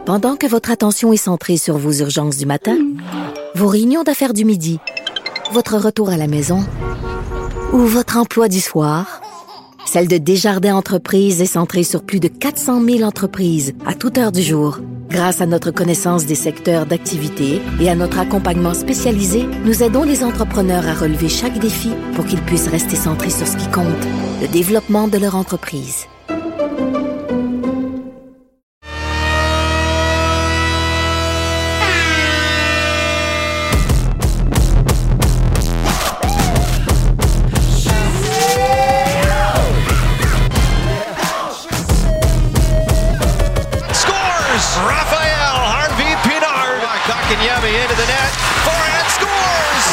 Pendant que votre attention est centrée sur vos urgences du matin, vos réunions d'affaires du midi, votre retour à la maison ou votre emploi du soir, celle de Desjardins Entreprises est centrée sur plus de 400 000 entreprises à toute heure du jour. Grâce à notre connaissance des secteurs d'activité et à notre accompagnement spécialisé, nous aidons les entrepreneurs à relever chaque défi pour qu'ils puissent rester centrés sur ce qui compte, le développement de leur entreprise. Into the net, forehand scores!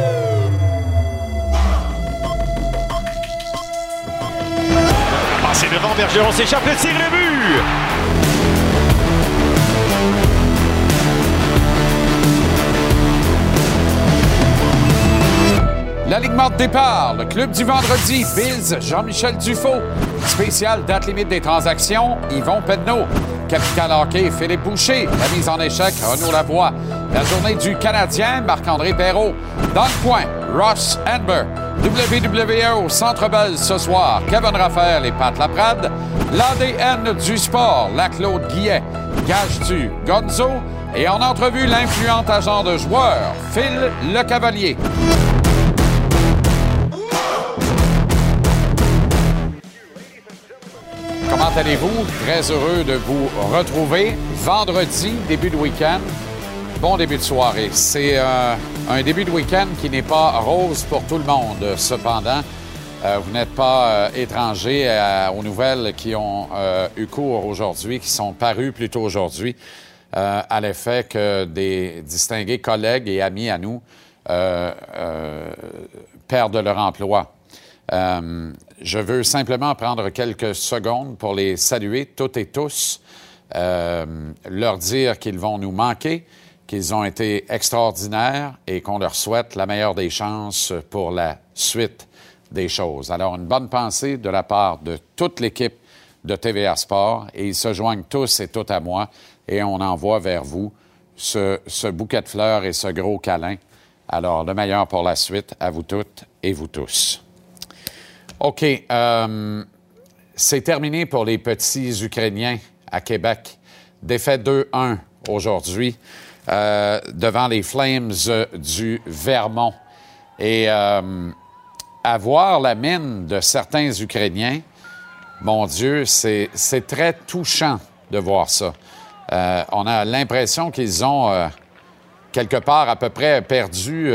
Passé devant, Bergeron s'échappe, le tir, le but! L'alignement de départ, le club du vendredi, Bills, Jean-Michel Dufault. Spécial date limite des transactions, Yvon Pedneau. Capital hockey, Philippe Boucher. La mise en échec, Renaud Lavoie. La journée du Canadien, Marc-André Perrault. Dans le coin, Ross Amber. WWE au Centre Bell ce soir, Kevin Raphaël et Pat Laprade. L'ADN du sport, la Claude Guillet. Gage-tu, Gonzo. Et en entrevue, l'influent agent de joueurs, Phil Le Cavalier. Comment allez-vous? Très heureux de vous retrouver. Vendredi, début de week-end. Bon début de soirée. C'est un début de week-end qui n'est pas rose pour tout le monde. Cependant, vous n'êtes pas étranger aux nouvelles qui ont eu cours aujourd'hui, qui sont parues plus tôt aujourd'hui, à l'effet que des distingués collègues et amis à nous perdent leur emploi. Je veux simplement prendre quelques secondes pour les saluer toutes et tous, leur dire qu'ils vont nous manquer, qu'ils ont été extraordinaires et qu'on leur souhaite la meilleure des chances pour la suite des choses. Alors, une bonne pensée de la part de toute l'équipe de TVA Sport et ils se joignent tous et toutes à moi et on envoie vers vous ce bouquet de fleurs et ce gros câlin. Alors, le meilleur pour la suite à vous toutes et vous tous. OK. C'est terminé pour les petits Ukrainiens à Québec. Défaite 2-1 aujourd'hui devant les Flames du Vermont. Et à voir la mine de certains Ukrainiens, mon Dieu, c'est très touchant de voir ça. On a l'impression qu'ils ont, quelque part, à peu près perdu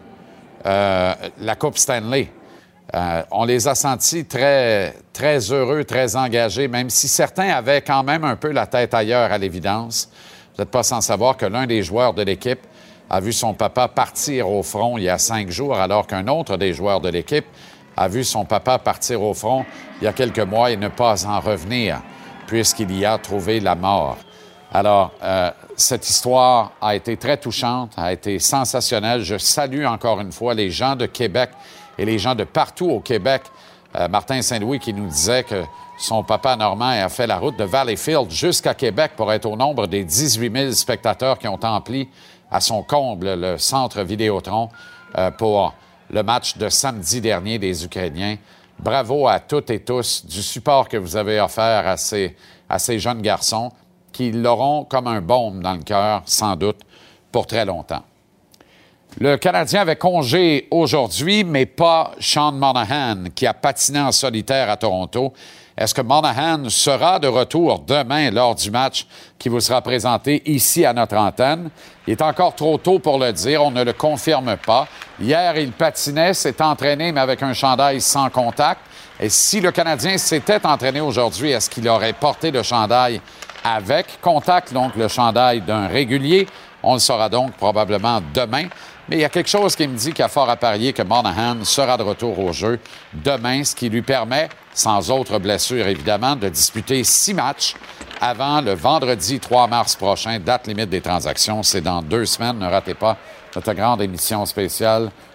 la Coupe Stanley. On les a sentis très, très heureux, très engagés, même si certains avaient quand même un peu la tête ailleurs à l'évidence. Vous n'êtes pas sans savoir que l'un des joueurs de l'équipe a vu son papa partir au front il y a 5 jours, alors qu'un autre des joueurs de l'équipe a vu son papa partir au front il y a quelques mois et ne pas en revenir, puisqu'il y a trouvé la mort. Alors, cette histoire a été très touchante, a été sensationnelle. Je salue encore une fois les gens de Québec et les gens de partout au Québec. Martin Saint-Louis qui nous disait que son papa Normand a fait la route de Valleyfield jusqu'à Québec pour être au nombre des 18 000 spectateurs qui ont empli à son comble le centre Vidéotron pour le match de samedi dernier des Ukrainiens. Bravo à toutes et tous du support que vous avez offert à ces jeunes garçons qui l'auront comme un baume dans le cœur, sans doute, pour très longtemps. Le Canadien avait congé aujourd'hui, mais pas Sean Monahan, qui a patiné en solitaire à Toronto. Est-ce que Monahan sera de retour demain lors du match qui vous sera présenté ici à notre antenne? Il est encore trop tôt pour le dire, on ne le confirme pas. Hier, il patinait, s'est entraîné, mais avec un chandail sans contact. Et si le Canadien s'était entraîné aujourd'hui, est-ce qu'il aurait porté le chandail avec contact, donc le chandail d'un régulier? On le saura donc probablement demain. Mais il y a quelque chose qui me dit qu'il y a fort à parier que Monahan sera de retour au jeu demain, ce qui lui permet, sans autre blessure évidemment, de disputer 6 matchs avant le vendredi 3 mars prochain, date limite des transactions. C'est dans 2 semaines. Ne ratez pas notre grande émission spéciale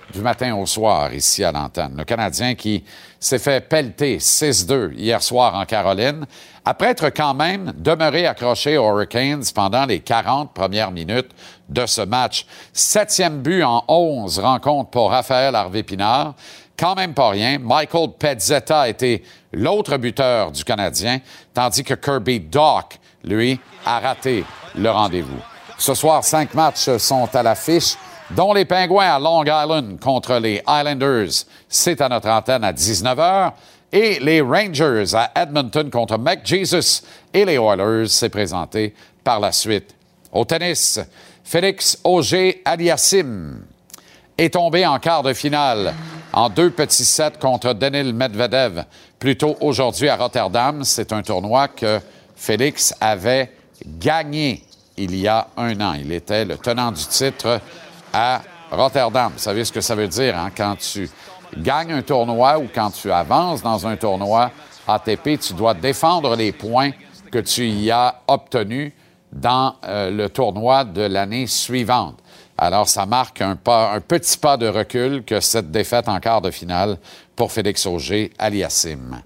du matin au soir ici à l'antenne. Le Canadien qui s'est fait pelleter 6-2 hier soir en Caroline, après être quand même demeuré accroché aux Hurricanes pendant les 40 premières minutes de ce match. 7e but en 11 rencontres pour Raphaël Harvey-Pinard. Quand même pas rien. Michael Pezzetta a été l'autre buteur du Canadien, tandis que Kirby Dach, lui, a raté le rendez-vous. Ce soir, 5 matchs sont à l'affiche, dont les Pingouins à Long Island contre les Islanders. C'est à notre antenne à 19h. Et les Rangers à Edmonton contre McJesus et les Oilers, c'est présenté par la suite. Au tennis, Félix Auger-Aliassime est tombé en quart de finale en 2 petits sets contre Daniil Medvedev plus tôt aujourd'hui à Rotterdam. C'est un tournoi que Félix avait gagné il y a 1 an. Il était le tenant du titre à Rotterdam. Vous savez ce que ça veut dire, hein? Quand tu gagnes un tournoi ou quand tu avances dans un tournoi ATP, tu dois défendre les points que tu y as obtenus dans le tournoi de l'année suivante. Alors, ça marque un petit pas de recul que cette défaite en quart de finale pour Félix Auger-Aliassime.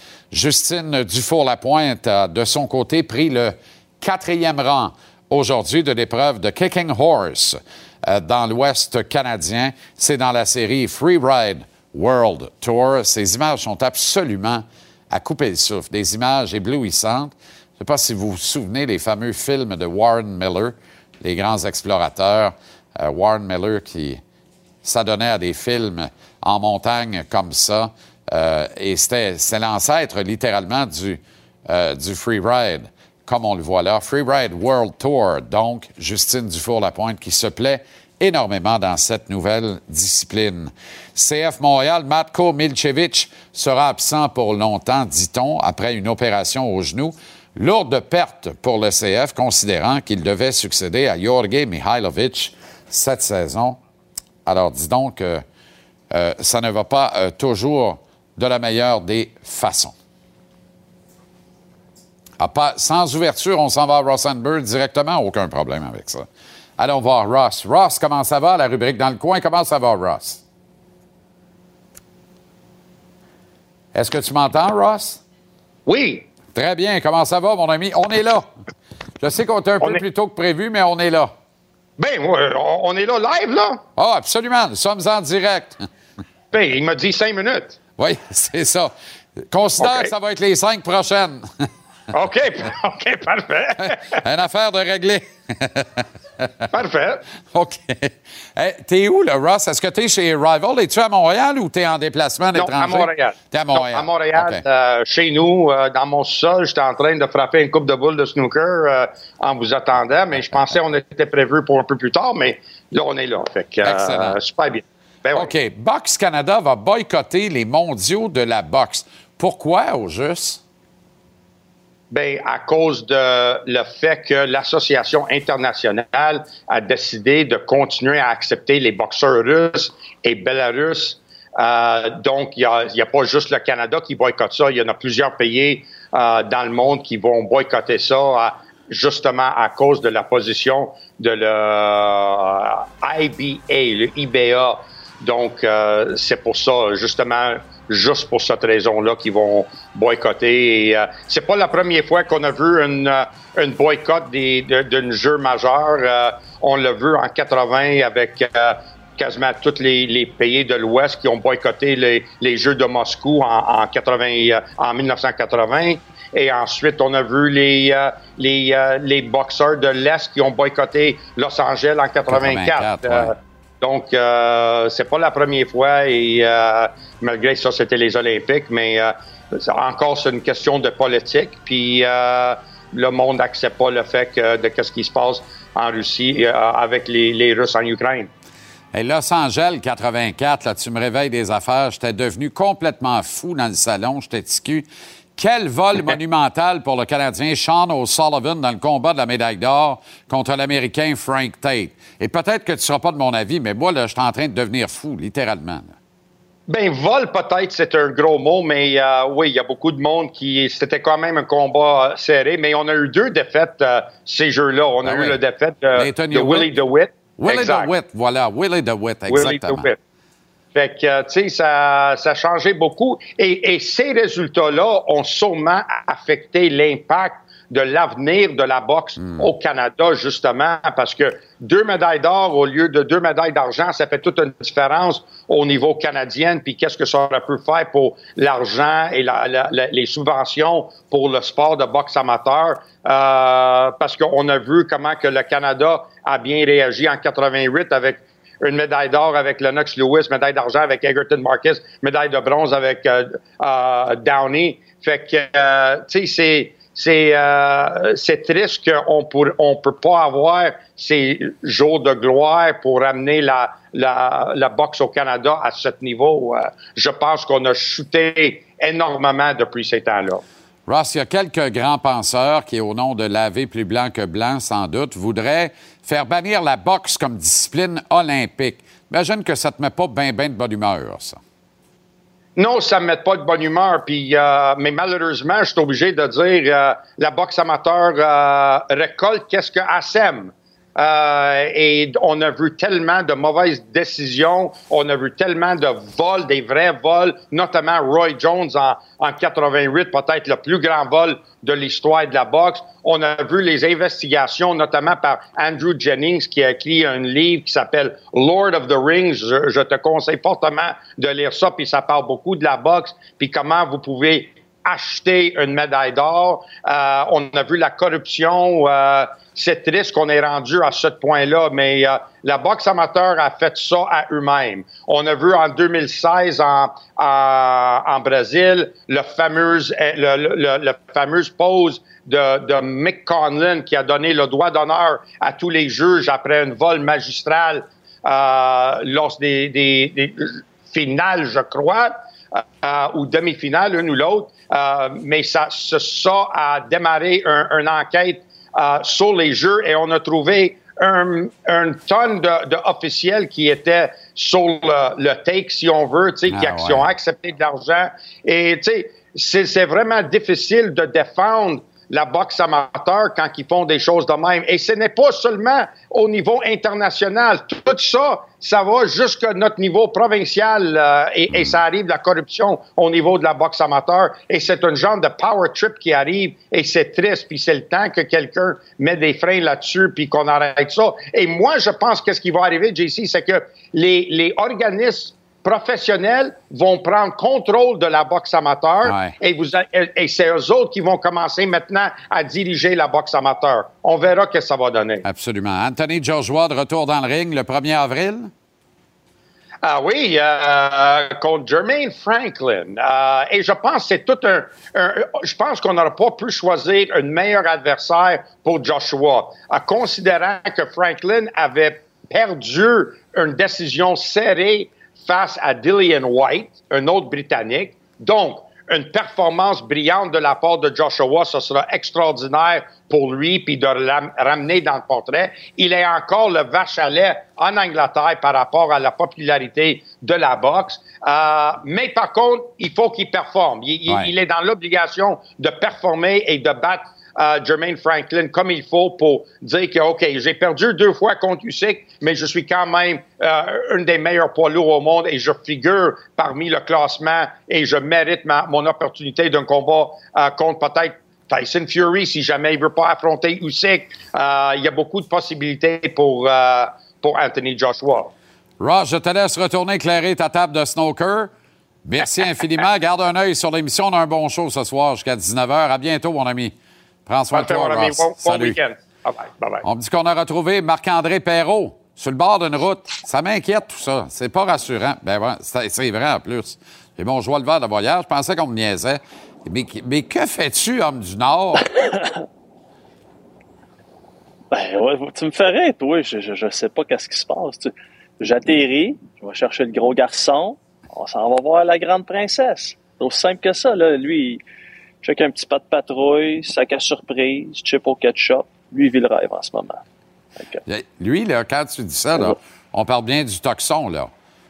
Justine Dufour-Lapointe a, de son côté, pris le 4e rang aujourd'hui de l'épreuve de Kicking Horse dans l'Ouest canadien. C'est dans la série Free Ride World Tour. Ces images sont absolument à couper le souffle. Des images éblouissantes. Je ne sais pas si vous vous souvenez des fameux films de Warren Miller, les grands explorateurs. Warren Miller qui s'adonnait à des films en montagne comme ça. Et c'est l'ancêtre littéralement du Free Ride, comme on le voit là. Free Ride World Tour, donc Justine Dufour-Lapointe qui se plaît énormément dans cette nouvelle discipline. CF Montréal, Matko Milcevic sera absent pour longtemps, dit-on, après une opération au genou. Lourde perte pour le CF, considérant qu'il devait succéder à Jorge Mihailovic cette saison. Alors, dis donc que ça ne va pas toujours de la meilleure des façons. Sans ouverture, on s'en va à Ross & Bird directement, aucun problème avec ça. Allons voir Ross. Ross, comment ça va, la rubrique Dans le coin? Comment ça va, Ross? Est-ce que tu m'entends, Ross? Oui. Très bien. Comment ça va, mon ami? On est là. Je sais qu'on était un peu plus tôt que prévu, mais on est là. Ben, on est là live, là? Ah, absolument. Nous sommes en direct. Ben, il m'a dit 5 minutes. Oui, c'est ça. Considère que ça va être les 5 prochaines. OK, parfait. Une affaire de régler. Parfait. OK. Hey, t'es où, là, Ross? Est-ce que t'es chez Rival? Es-tu à Montréal ou t'es en déplacement d'étranger? Non, à Montréal. T'es à Montréal. Non, à Montréal, okay. Chez nous, dans mon sol, j'étais en train de frapper une coupe de boules de snooker en vous attendant, mais je pensais qu'on était prévu pour un peu plus tard, mais là, on est là. Fait que, excellent. Super bien. Ben, OK. Ouais. Boxe Canada va boycotter les mondiaux de la boxe. Pourquoi, au juste? Bien, à cause de le fait que l'Association internationale a décidé de continuer à accepter les boxeurs russes et belarusses. Donc, il y a pas juste le Canada qui boycotte ça. Il y en a plusieurs pays dans le monde qui vont boycotter ça justement à cause de la position de le IBA, le IBA. Donc, c'est pour ça, justement, juste pour cette raison-là qu'ils vont boycotter. Et, c'est pas la première fois qu'on a vu une boycott d'un jeu majeur. On l'a vu en 80 avec quasiment tous les pays de l'Ouest qui ont boycotté les Jeux de Moscou en 1980. Et ensuite, on a vu les boxeurs de l'Est qui ont boycotté Los Angeles en 84. Ouais. Donc, c'est pas la première fois et malgré ça, c'était les Olympiques, mais encore, c'est une question de politique. Puis, le monde n'accepte pas le fait de ce qui se passe en Russie avec les Russes en Ukraine. Et Los Angeles, 84, là, tu me réveilles des affaires. J'étais devenu complètement fou dans le salon. J'étais ticu. Quel vol monumental pour le Canadien Sean O'Sullivan dans le combat de la médaille d'or contre l'Américain Frank Tate. Et peut-être que tu ne seras pas de mon avis, mais moi, là, je suis en train de devenir fou, littéralement. Là. Bien, vol, peut-être, c'est un gros mot, mais oui, il y a beaucoup de monde c'était quand même un combat serré, mais on a eu 2 défaites ces jeux-là. On a eu la défaite de Willie DeWitt. Willie DeWitt, voilà. Willie DeWitt, exactement. Willie DeWitt. Fait que, tu sais, ça a changé beaucoup. Et ces résultats-là ont sûrement affecté l'impact de l'avenir de la boxe au Canada, justement, parce que 2 médailles d'or au lieu de 2 médailles d'argent, ça fait toute une différence au niveau canadien. Puis qu'est-ce que ça aurait pu faire pour l'argent et les subventions pour le sport de boxe amateur? Parce qu'on a vu comment que le Canada a bien réagi en 88 avec une médaille d'or avec Lennox Lewis, médaille d'argent avec Egerton Marcus, médaille de bronze avec Downey. Fait que, tu sais, c'est triste qu'on peut pas avoir ces jours de gloire pour amener la boxe au Canada à ce niveau. Je pense qu'on a chuté énormément depuis ces temps-là. Ross, il y a quelques grands penseurs qui, au nom de laver plus blanc que blanc, sans doute, voudraient faire bannir la boxe comme discipline olympique. Imagine que ça te met pas bien de bonne humeur, ça. Non, ça me met pas de bonne humeur. Puis, mais malheureusement, je suis obligé de dire la boxe amateur récolte qu'est-ce que sème. Et on a vu tellement de mauvaises décisions, on a vu tellement de vols, des vrais vols, notamment Roy Jones en 88, peut-être le plus grand vol de l'histoire de la boxe. On a vu les investigations, notamment par Andrew Jennings, qui a écrit un livre qui s'appelle Lord of the Rings. Je te conseille fortement de lire ça, puis ça parle beaucoup de la boxe, puis comment vous pouvez acheter une médaille d'or. On a vu la corruption. C'est triste qu'on ait rendu à ce point-là, mais la boxe amateur a fait ça à eux-mêmes. On a vu en 2016 en Brésil le fameuse pause de Mick Conlon qui a donné le droit d'honneur à tous les juges après un vol magistral lors des finales, je crois, ou demi-finales, une ou l'autre. Mais ça a démarré une enquête sur les jeux et on a trouvé une tonne d'officiels qui étaient sur le take, si on veut, tu sais, qui ont accepté de l'argent. Et tu sais, c'est vraiment difficile de défendre la boxe amateur quand ils font des choses de même. Et ce n'est pas seulement au niveau international. Tout ça, ça va jusqu'à notre niveau provincial et ça arrive la corruption au niveau de la boxe amateur. Et c'est un genre de power trip qui arrive et c'est triste. Puis c'est le temps que quelqu'un met des freins là-dessus puis qu'on arrête ça. Et moi, je pense que ce qui va arriver, JC, c'est que les organismes professionnels vont prendre contrôle de la boxe amateur et c'est eux autres qui vont commencer maintenant à diriger la boxe amateur. On verra ce que ça va donner. Absolument. Anthony Joshua de retour dans le ring le 1er avril? Ah oui, contre Jermaine Franklin. Et je pense que c'est tout je pense qu'on n'aurait pas pu choisir un meilleur adversaire pour Joshua, considérant que Franklin avait perdu une décision serrée face à Dillian White, un autre Britannique. Donc, une performance brillante de la part de Joshua, ce sera extraordinaire pour lui, puis de ramener dans le portrait. Il est encore le vache à lait en Angleterre par rapport à la popularité de la boxe. Mais par contre, il faut qu'il performe. Il est dans l'obligation de performer et de battre Jermaine Franklin comme il faut pour dire que, OK, j'ai perdu 2 fois contre Usyk, mais je suis quand même une des meilleurs poids lourds au monde et je figure parmi le classement et je mérite mon opportunité d'un combat contre peut-être Tyson Fury si jamais il veut pas affronter Usyk. Il y a beaucoup de possibilités pour Anthony Joshua. Ross, je te laisse retourner éclairer ta table de snooker. Merci infiniment. Garde un œil sur l'émission. On a un bon show ce soir jusqu'à 19h. À bientôt, mon ami. Prends soin de toi, Ross. Bon week-end. Bye-bye. On me dit qu'on a retrouvé Marc-André Perrault sur le bord d'une route. Ça m'inquiète, tout ça. C'est pas rassurant. Ben ouais, c'est vrai, en plus. Et bon, je vois le verre de voyage. Je pensais qu'on me niaisait. Mais que fais-tu, homme du Nord? Ben ouais, tu me ferais, toi. Je sais pas qu'est-ce qui se passe. J'atterris, je vais chercher le gros garçon. On s'en va voir la grande princesse. C'est aussi simple que ça, là. Lui, check un petit pas de patrouille, sac à surprise, chip au ketchup. Lui, il vit le rêve en ce moment. Okay. Lui, là, quand tu dis ça, là, on parle bien du toxon, là.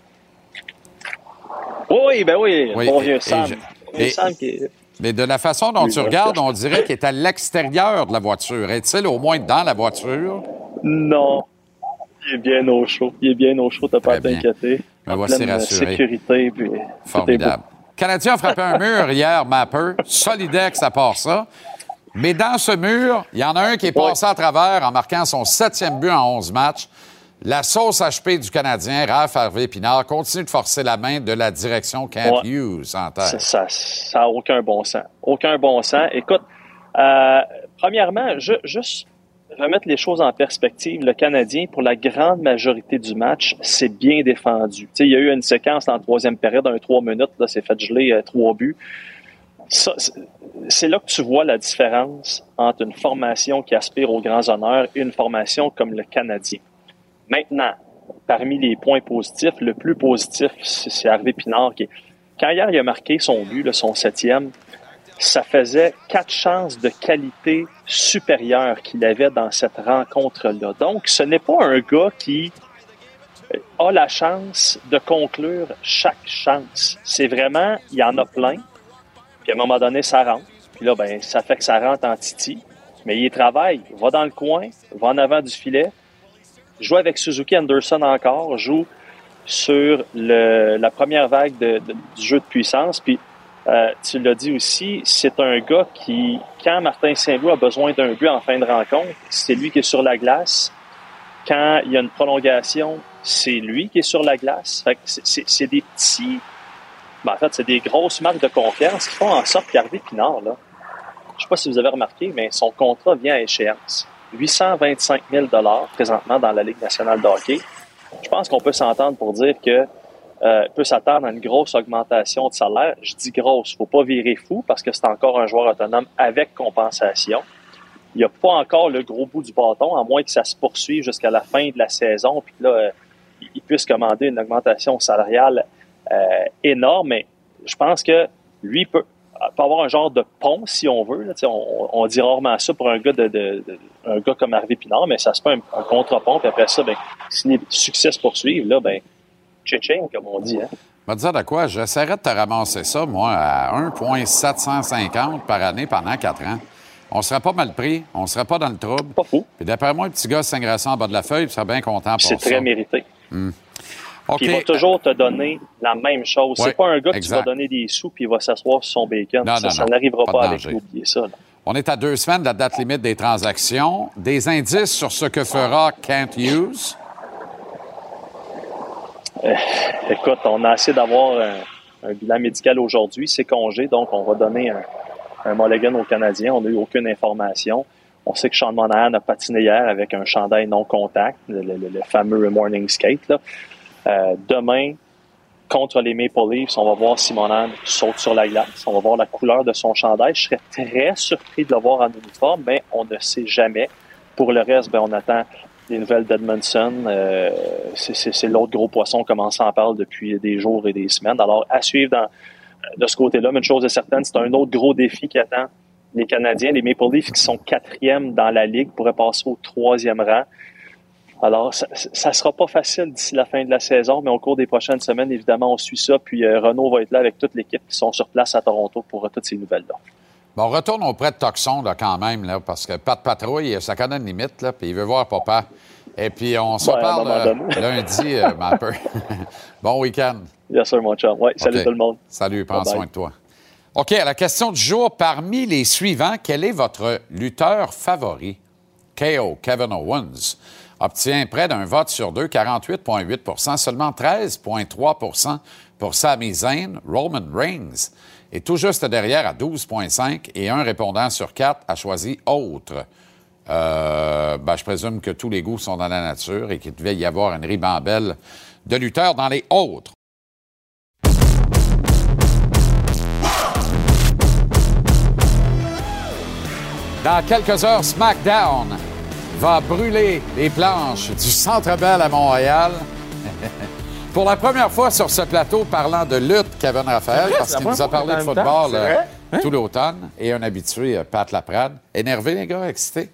Oui, bon vieux Sam. Mais de la façon dont tu regardes, on dirait qu'il est à l'extérieur de la voiture. Est-il au moins dans la voiture? Non. Il est bien au chaud. T'as pas à t'inquiéter. Me voici pleine rassuré. sécurité. Puis, Formidable. Le Canadien a frappé un mur hier, Mapper. Solidex à part ça. Mais dans ce mur, il y en a un qui est passé à travers en marquant son 7e but en 11 matchs. La sauce HP du Canadien, Raph Harvey-Pinard, continue de forcer la main de la direction Kent Hughes en tête. Ça n'a aucun bon sens. Aucun bon sens. Écoute, premièrement, juste remettre les choses en perspective. Le Canadien, pour la grande majorité du match, s'est bien défendu. Il y a eu une séquence en troisième période, 3 minutes, là, c'est fait geler 3 buts. Ça, c'est là que tu vois la différence entre une formation qui aspire aux grands honneurs et une formation comme le Canadien. Maintenant, parmi les points positifs, le plus positif, c'est Harvey-Pinard quand hier il a marqué son but, là, son 7e, ça faisait 4 chances de qualité supérieure qu'il avait dans cette rencontre-là. Donc, ce n'est pas un gars qui a la chance de conclure chaque chance. C'est vraiment, il y en a plein, puis à un moment donné, ça rentre. Puis là, ben, ça fait que ça rentre en titi. Mais il travaille, va dans le coin, va en avant du filet, joue avec Suzuki Anderson encore, joue sur la première vague du jeu de puissance. Puis, tu l'as dit aussi, c'est un gars qui, quand Martin Saint-Louis a besoin d'un but en fin de rencontre, c'est lui qui est sur la glace. Quand il y a une prolongation, c'est lui qui est sur la glace. Fait que c'est des petits... Ben, en fait, c'est des grosses marques de confiance qui font en sorte qu'Harvey-Pinard, là, je ne sais pas si vous avez remarqué, mais son contrat vient à échéance. 825 000 $ présentement dans la Ligue nationale de hockey. Je pense qu'on peut s'entendre pour dire que peut s'attendre à une grosse augmentation de salaire. Je dis grosse, il ne faut pas virer fou parce que c'est encore un joueur autonome avec compensation. Il n'y a pas encore le gros bout du bâton, à moins que ça se poursuive jusqu'à la fin de la saison, puis là, il puisse commander une augmentation salariale énorme. Mais je pense que lui peut avoir un genre de pont, si on veut. Là, on dit rarement ça pour un gars un gars comme Harvey-Pinard, mais ça se fait un contre-pont, puis après ça, ben, si les succès se poursuivent, là, ben, tching, comme on dit. Hein. Je vais te dire de quoi, j'essaierais de te ramasser ça, moi, à 1,750 par année pendant 4 ans. On serait pas mal pris, on serait pas dans le trouble. Pas fou. Puis d'après moi, le petit gars s'ingrassant en bas de la feuille, il serait bien content pour ça. C'est très mérité. Okay. Il va toujours te donner la même chose. Ouais, c'est pas un gars qui exact. va donner des sous puis il va s'asseoir sur son bacon. Non, ça n'arrivera pas avec danger. lui, oubliez ça. Là. On est à 2 semaines de la date limite des transactions. Des indices sur ce que fera Kent Hughes? Écoute, on a essayé d'avoir un bilan médical aujourd'hui. C'est congé, donc on va donner un mulligan aux Canadiens. On n'a eu aucune information. On sait que Sean Monahan a patiné hier avec un chandail non-contact, le fameux morning skate. Là. Demain, contre les Maple Leafs, on va voir si Monahan saute sur la glace. On va voir la couleur de son chandail. Je serais très surpris de le voir en uniforme, mais on ne sait jamais. Pour le reste, ben, on attend les nouvelles d'Edmondson. C'est l'autre gros poisson, comme on s'en parle depuis des jours et des semaines. Alors, à suivre de ce côté-là. Mais une chose est certaine, c'est un autre gros défi qui attend les Canadiens. Les Maple Leafs, qui sont 4e dans la Ligue, pourraient passer au 3e rang. Alors, ça sera pas facile d'ici la fin de la saison, mais au cours des prochaines semaines, évidemment, on suit ça. Puis Renaud va être là avec toute l'équipe qui sont sur place à Toronto pour toutes ces nouvelles-là. Bon, on retourne auprès de Toxon, là, quand même, là, parce que Pat Patrouille, ça connaît une limite, là, puis il veut voir papa. Et puis, on se parle lundi, Mapper. Bon week-end. Yes, sir, mon chum. Oui, salut tout le monde. Salut, prends soin de toi. OK, à la question du jour, parmi les suivants, quel est votre lutteur favori? KO, Kevin Owens, obtient près d'un vote sur 2, 48,8 %, seulement 13,3 % pour Sami Zayn. Roman Reigns est tout juste derrière à 12,5 et un répondant sur 4 a choisi autre. Je présume que tous les goûts sont dans la nature et qu'il devait y avoir une ribambelle de lutteurs dans les autres. Dans quelques heures, SmackDown va brûler les planches du Centre Bell à Montréal. Pour la première fois sur ce plateau, parlant de lutte, Kevin Raphaël, parce qu'il nous a parlé de football tout l'automne, et un habitué, Pat Laprade. Énervé, les gars, excités?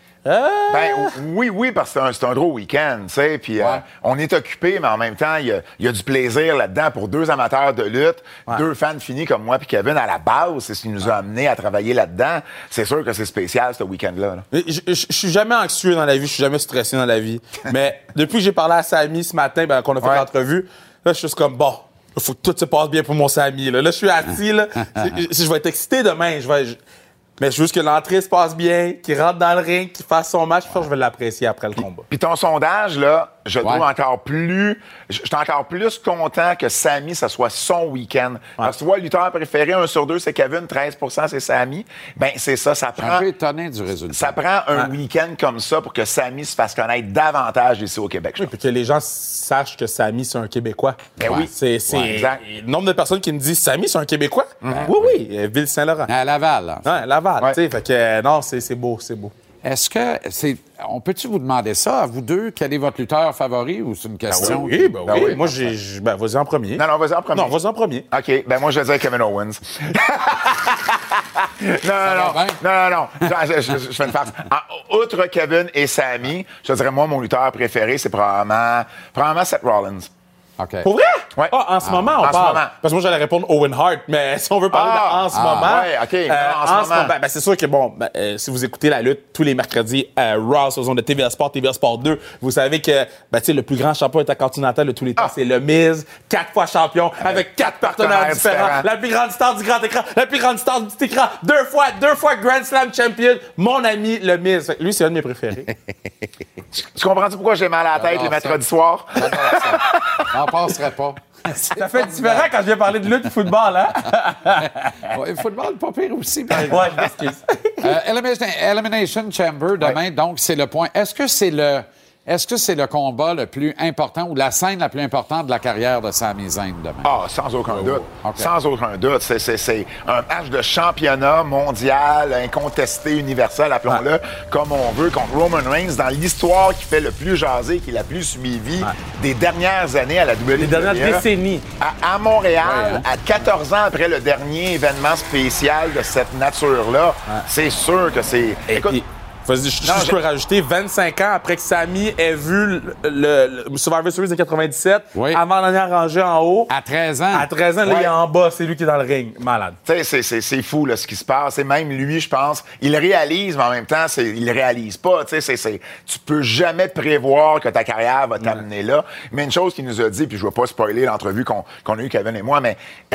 Oui, parce que c'est un gros week-end, tu sais, puis on est occupé, mais en même temps, il y a du plaisir là-dedans pour 2 amateurs de lutte, 2 fans finis comme moi puis Kevin à la base, c'est ce qui nous a amenés à travailler là-dedans. C'est sûr que c'est spécial, ce week-end-là. Là. Je suis jamais anxieux dans la vie, je suis jamais stressé dans la vie, mais depuis que j'ai parlé à Sami ce matin, qu'on a fait l'entrevue, Là, je suis juste comme, bon, il faut que tout se passe bien pour mon Sami. Là, je suis assis, là. Je vais être excité demain. Mais juste que l'entrée se passe bien, qu'il rentre dans le ring, qu'il fasse son match, je vais l'apprécier après le combat. Puis ton sondage, là, je trouve je suis encore plus content que Sami, ça soit son week-end. Parce que tu vois, le lutteur préféré, 1 sur 2, c'est Kevin, 13% c'est Sami. Ben c'est ça, ça prend... Je suis un peu étonné du résultat. Ça prend un week-end comme ça pour que Sami se fasse connaître davantage ici au Québec. Oui, puis que les gens sachent que Sami, c'est un Québécois. Ben oui. C'est exact. le nombre de personnes qui me disent Sami, c'est un Québécois? Oui, Ville-Saint-Laurent. À Laval. Ouais, Laval, tu sais. Fait que non, c'est beau, c'est beau. Est-ce que on peut-tu vous demander ça à vous deux? Quel est votre lutteur favori ou c'est une question? Oui. Moi, vas-y en premier. Non, vas-y en premier. Non, vas-y en premier. OK. Ben moi, je vais dire Kevin Owens. Non. Je fais une farce. Outre Kevin et Sami, je dirais, moi, mon lutteur préféré, c'est probablement Seth Rollins. OK. Pour vrai? Ouais. Ah, en ce moment, on parle. Parce que moi, j'allais répondre Owen Hart, mais si on veut parler en ce moment. Ouais, OK. En ce moment. Ben, c'est sûr que, si vous écoutez la lutte tous les mercredis, Raw, sur zone de TVA Sport 2, vous savez que, le plus grand champion intercontinental de tous les temps, c'est le Miz, 4 fois champion, avec 4 partenaires différents. La plus grande star du grand écran, la plus grande star du petit écran, deux fois Grand Slam champion, mon ami, le Miz. Lui, c'est un de mes préférés. Tu comprends-tu pourquoi j'ai mal à la tête le mercredi soir? On passerait pas. Ça fait différent quand je viens parler de lutte et football, hein? Le football, pas pire aussi. Ouais, je m'excuse. Elimination Chamber, demain, donc, c'est le point. Est-ce que c'est le combat le plus important ou la scène la plus importante de la carrière de Sami Zayn demain? Ah, sans aucun doute. Okay. Sans aucun doute. C'est un match de championnat mondial, incontesté, universel, appelons-le comme on veut, contre Roman Reigns, dans l'histoire qui fait le plus jaser, qui est la plus suivie des dernières années à la WWE. Les dernières décennies. À Montréal, à 14 ans après le dernier événement spécial de cette nature-là, c'est sûr que c'est... Écoute, je peux rajouter 25 ans après que Sami ait vu le Survivor Series de 97, avant l'année rangée en haut. À 13 ans. À 13 ans, là, il est en bas, c'est lui qui est dans le ring. Malade. Tu sais, c'est fou là, ce qui se passe. Et même lui, je pense, il réalise, mais en même temps, il réalise pas. Tu peux jamais prévoir que ta carrière va t'amener là. Mais une chose qu'il nous a dit, puis je ne vais pas spoiler l'entrevue qu'on a eue, Kevin et moi, mais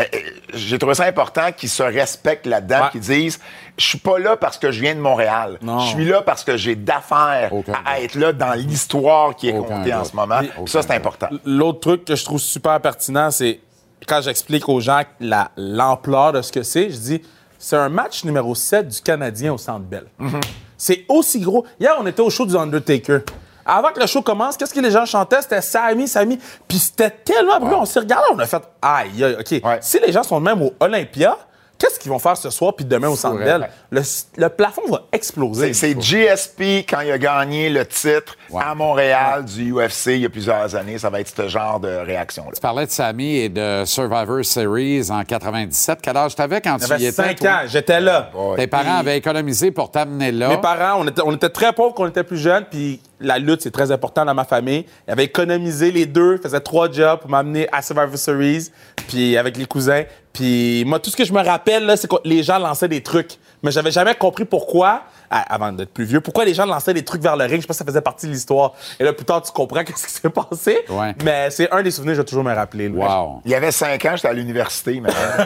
j'ai trouvé ça important qu'ils se respectent là-dedans, qu'ils disent, je suis pas là parce que je viens de Montréal. Je suis là parce que j'ai d'affaires à être là dans l'histoire qui est comptée en ce moment. Ça, c'est important. L'autre truc que je trouve super pertinent, c'est quand j'explique aux gens l'ampleur de ce que c'est, je dis, c'est un match numéro 7 du Canadien au Centre Bell. C'est aussi gros. Hier, on était au show du Undertaker. Avant que le show commence, qu'est-ce que les gens chantaient? C'était Sami. Puis c'était tellement brûlant. On s'est regardé, on a fait « Aïe, OK. Si les gens sont de même au Olympia, qu'est-ce qu'ils vont faire ce soir puis demain au Centre Bell? Le plafond va exploser. C'est GSP quand il a gagné le titre à Montréal du UFC il y a plusieurs années. Ça va être ce genre de réaction-là. Tu parlais de Sami et de Survivor Series en 97. Quel âge t'avais quand tu y étais? J'avais 5 ans. J'étais là. Tes parents avaient économisé pour t'amener là. Mes parents, on était très pauvres quand on était plus jeunes, puis la lutte, c'est très important dans ma famille. Ils avaient économisé les deux, faisaient 3 jobs pour m'amener à Survivor Series, puis avec les cousins. Puis moi, tout ce que je me rappelle, là, c'est que les gens lançaient des trucs. Mais j'avais jamais compris pourquoi, avant d'être plus vieux, pourquoi les gens lançaient des trucs vers le ring. Je sais pas si ça faisait partie de l'histoire. Et là, plus tard, tu comprends ce qui s'est passé. Ouais. Mais c'est un des souvenirs que je vais toujours me rappeler. Là. Wow. Il y avait 5 ans, j'étais à l'université.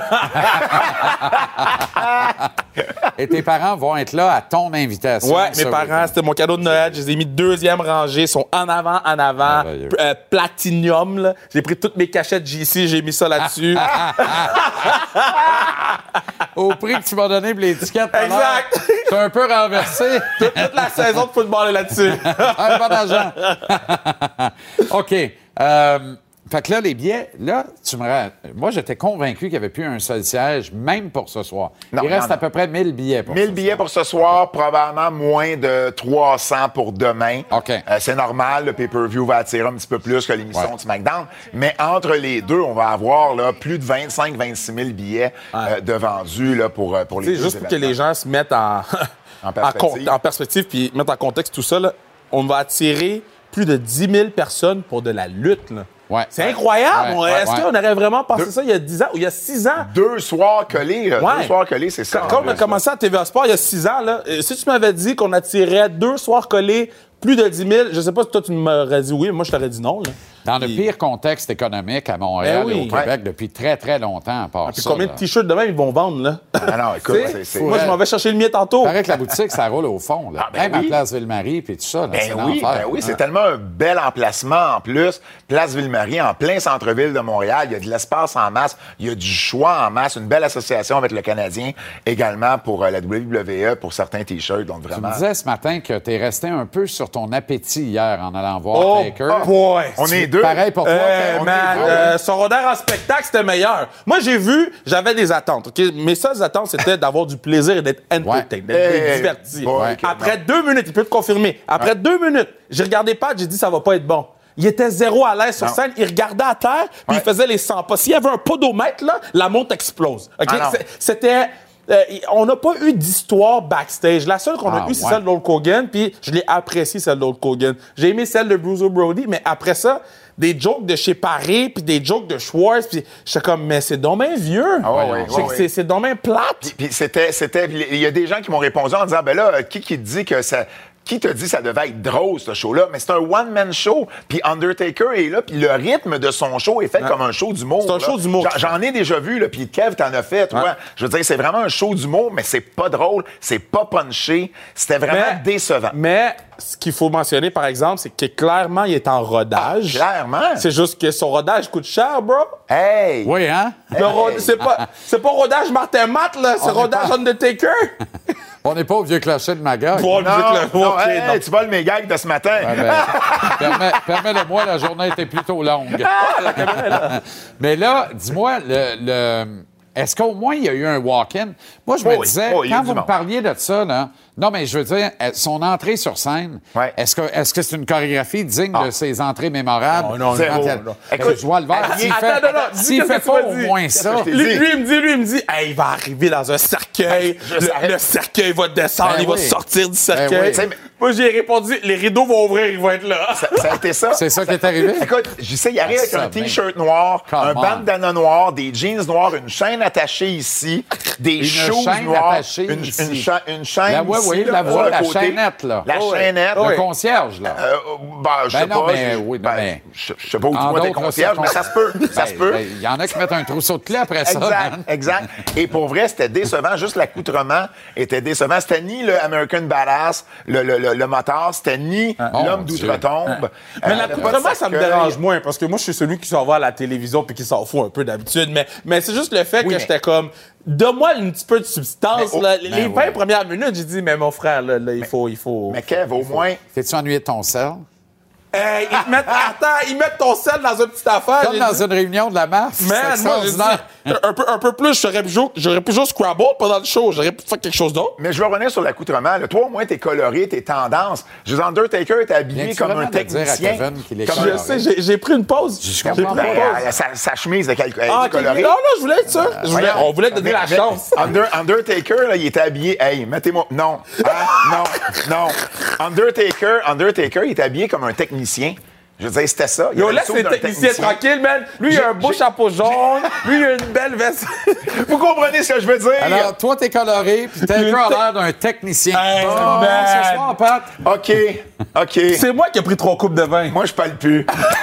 Et tes parents vont être là à ton invitation. Ouais, mes parents, c'était mon cadeau de Noël. Je les ai mis 2e rangée. Ils sont en avant. Platinum, là. J'ai pris toutes mes cachettes JC, j'ai mis ça là-dessus. Au prix que tu m'as donné pour l'étiquette. Exact. C'est un peu renversé. Toute la saison de football est là-dessus. Un bon argent. OK. Fait que là, les billets, là, moi, j'étais convaincu qu'il n'y avait plus un seul siège, même pour ce soir. Non, il reste à peu près 1000 billets pour 1000 billets pour ce soir, probablement moins de 300 pour demain. OK. C'est normal, le pay-per-view va attirer un petit peu plus que l'émission de SmackDown. Mais entre les deux, on va avoir là, plus de 25-26 000 billets de vendus là, pour les deux juste événements. pour que les gens se mettent en perspective puis mettent en contexte tout ça, là, on va attirer plus de 10 000 personnes pour de la lutte. Là. Ouais. C'est incroyable! Est-ce qu'on aurait vraiment pensé ça il y a 10 ans ou il y a 6 ans? 2 soirs collés, là. 2 soirs collés, c'est ça. Quand on a commencé à TVA Sport il y a 6 ans, là, si tu m'avais dit qu'on attirait 2 soirs collés plus de 10 000, je sais pas si toi, tu m'aurais dit oui, mais moi, je t'aurais dit non. Là. Dans le pire contexte économique à Montréal Ben oui. et au Québec depuis très, très longtemps, à part Puis ça. combien de T-shirts de même ils vont vendre, là? Non, écoute, c'est... Moi, je m'en vais chercher le mien tantôt. Il paraît que la boutique, ça roule au fond. Là. Ben Même à oui. Place Ville-Marie puis tout ça. Là, c'est Ben l'enfer. oui, c'est tellement un bel emplacement en plus. Place Ville-Marie, en plein centre-ville de Montréal. Il y a de l'espace en masse. Il y a du choix en masse. Une belle association avec le Canadien également pour la WWE, pour certains T-shirts. Donc Tu vraiment... me disais ce matin que tu es resté un peu sur ton appétit hier en allant voir Taker. boy! On est deux. Pareil pour toi. on est deux. Son rodeur en spectacle, c'était meilleur. Moi, j'avais des attentes. Okay? Mes seules attentes, c'était d'avoir du plaisir et d'être entertained, d'être diverti. Ouais. Après 2 minutes, il peut te confirmer. Après 2 minutes, j'ai regardé Pat, j'ai dit ça va pas être bon. Il était zéro à l'aise sur scène. Il regardait à terre, puis il faisait les 100 pas. S'il y avait un podomètre, là, la montre explose. Okay? C'était... on n'a pas eu d'histoire backstage. La seule qu'on a eue, c'est celle de Hulk Hogan, puis je l'ai appréciée, celle de Hulk Hogan. J'ai aimé celle de Bruiser Brody, mais après ça, des jokes de chez Paré, puis des jokes de Schwartz, puis j'étais comme, mais c'est dommage vieux. C'est dommage plate. Puis c'était... Il y a des gens qui m'ont répondu en disant, ben là, qui te dit que ça... Qui t'a dit que ça devait être drôle, ce show-là? Mais c'est un one-man show. Puis Undertaker est là, puis le rythme de son show est fait comme un show d'humour. C'est un show d'humour. J'en ai déjà vu, là, puis Kev, t'en as fait, toi. Je veux dire, c'est vraiment un show d'humour, mais c'est pas drôle, c'est pas punché. C'était vraiment décevant. Mais ce qu'il faut mentionner, par exemple, c'est que clairement, il est en rodage. Clairement. C'est juste que son rodage coûte cher, bro. Hey! Oui, hein? C'est pas rodage Martin Matt, là. C'est rodage Undertaker. On n'est pas au vieux clocher de Magog. Non, tu voles mes gags de ce matin. Permets-le-moi, la journée était plutôt longue. Mais là, dis-moi, est-ce qu'au moins il y a eu un walk-in? Moi, je me disais, quand vous me parliez de ça, là, non, mais je veux dire, son entrée sur scène, est-ce que c'est une chorégraphie digne de ses entrées mémorables? Non. Écoute, je vois le verre. S'il fait pas au moins ça... Lui, il me dit, hey, il va arriver dans un cercueil, le cercueil va descendre, il va sortir du cercueil. Moi, j'ai répondu, les rideaux vont ouvrir, il va être là. Ça a été ça. C'est ça qui est arrivé? Écoute, je sais, il arrive avec un T-shirt noir, un bandana noir, des jeans noirs, une chaîne attachée ici, des shoes noirs, une chaîne oui, la voix, la chaînette, là. La chaînette. Le concierge, là. Je sais pas. Je sais pas où tu vois tes concierges, mais ça se peut. Ça se peut. Il y en a qui mettent un trousseau de clés après ça. Exact. Et pour vrai, c'était décevant. Juste l'accoutrement était décevant. C'était ni le American Badass, le motard, c'était ni l'homme d'outre-tombe. Mais l'accoutrement, ça me dérange moins, parce que moi, je suis celui qui s'en va à la télévision puis qui s'en fout un peu d'habitude. Mais c'est juste le fait que j'étais comme... Donne-moi un petit peu de substance. Les 20 premières minutes, j'ai dit, mais mon frère, là, il faut... Mais Kev, au moins... T'es-tu ennuyé de ton sel? Ils mettent ton sel dans une petite affaire. Comme dans une réunion de la masse. Man, moi, j'ai dit, un peu plus, j'aurais pu jouer Scrabble pendant le show. J'aurais pu faire quelque chose d'autre. Mais je veux revenir sur l'accoutrement. Là. Toi, au moins, t'es coloré, t'es tendance. Undertaker était habillé comme un technicien. Je sais, j'ai pris une pause. Je comprends pas. Sa chemise de colorée. Non, je voulais être ça. On voulait te donner la chance. Undertaker, là, il était habillé... Hey, mettez-moi... Non. Non. Undertaker, il était habillé comme un technicien. Je veux dire, c'était ça. Yo, laisse les techniciens tranquilles, man. Lui, il a un beau chapeau jaune. Lui, il a une belle veste. Vous comprenez ce que je veux dire? Alors, toi, t'es coloré, puis Taker a l'air d'un technicien. Ce soir, Pat. OK. C'est moi qui ai pris 3 coupes de vin. Moi, je parle plus.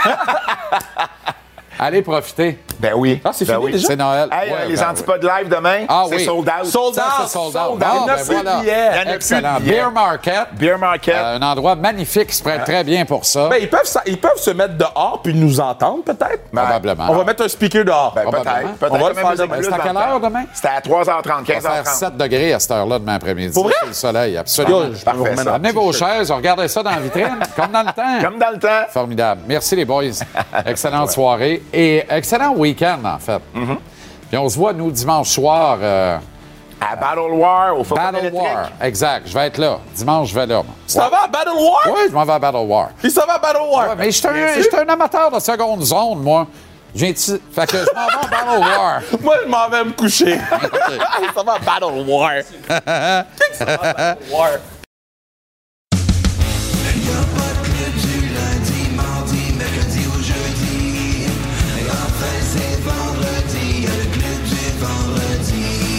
Allez, profitez. Ben oui. Ah, c'est fini déjà? C'est Noël. Hey, les Antipodes Live demain, c'est sold out. Sold out. Il y en a plus de billets. Excellent. Beer Market. Un endroit magnifique qui se prête très bien pour ça. Ben, ils peuvent se mettre dehors puis nous entendre, peut-être. Probablement. On va mettre un speaker dehors. Ben, peut-être. On va le faire demain. C'est à quelle heure demain? C'était à 3h30, 15h30. Ça va faire 7 degrés à cette heure-là demain après-midi. Pour vrai? C'est le soleil, absolument. Parfait, ça. Amenez vos chaises, regardez ça dans la vitrine, comme dans le temps. Formidable. Merci, les boys. Excellente soirée et excellent week-end, en fait. Puis on se voit, nous, dimanche soir... à Battle War, au Faucon Battle War, exact. Je vais être là. Dimanche, je vais là. Ça va à Battle War? Oui, je m'en vais à Battle War. Puis ça va à Battle War? Ouais, mais je suis un amateur de seconde zone, moi. Fait que je m'en vais à Battle War. Moi, je m'en vais me coucher. Ça va à Battle War. Qu'est-ce que ça va à Battle War?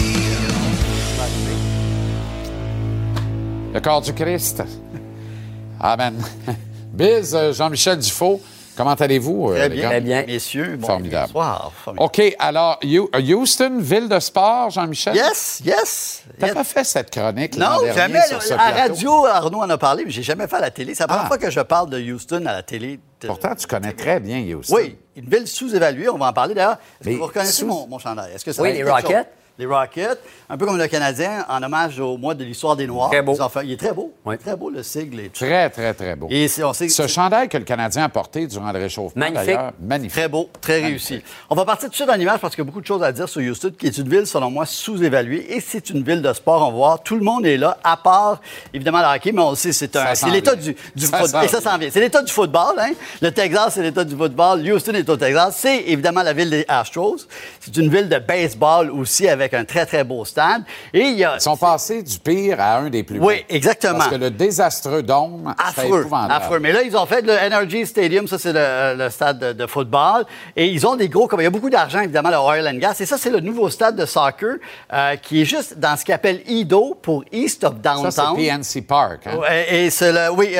Le corps du Christ. Amen. Biz, Jean-Michel Dufault, comment allez-vous, Très les bien, gars? très bien. Messieurs, bon, Formidable. bonsoir. Formidable. OK, alors, Houston, ville de sport, Jean-Michel? Yes. T'as pas fait cette chronique Non, l'an dernier jamais. sur ce À plateau? radio, Arnaud en a parlé, mais j'ai jamais fait à la télé. C'est la première Ah. fois que je parle de Houston à la télé. Pourtant, tu connais très bien Houston. Oui, une ville sous-évaluée, on va en parler d'ailleurs. Est-ce Mais que vous reconnaissez sous- mon chandail? Est-ce que ça Oui, va être les quelque chose? Rockets. Les Rockets, un peu comme le Canadien, en hommage au mois de l'histoire des Noirs. Très beau. Les enfants. Il est très beau. Oui. Très beau, le sigle et tout. Très, très, très beau. Et on sait, Ce chandail que le Canadien a porté durant le réchauffement, Magnifique. d'ailleurs, magnifique. Très beau, très réussi. On va partir tout de suite en image parce qu'il y a beaucoup de choses à dire sur Houston, qui est une ville, selon moi, sous-évaluée. Et c'est une ville de sport, on va voir. Tout le monde est là, à part, évidemment, le hockey, mais on le sait, c'est l'état du Ça football. s'en Et ça s'en vient. C'est l'état du football, hein. Le Texas, c'est l'état du football. Houston est au Texas. C'est évidemment la ville des Astros. C'est une ville de baseball aussi, avec un très, très beau stade. Et il y a... Ils sont passés du pire à un des plus Oui, beaux. exactement. Parce que le désastreux dôme, c'était Affreux, épouvantable. affreux. Mais là, ils ont fait le NRG Stadium, ça, c'est le stade de football. Et ils ont des gros... Comme il y a beaucoup d'argent, évidemment, le Oil and Gas. Et ça, c'est le nouveau stade de soccer qui est juste dans ce qu'ils appellent EDO, pour East of Downtown. Ça, c'est PNC Park. Hein? Ouais, et c'est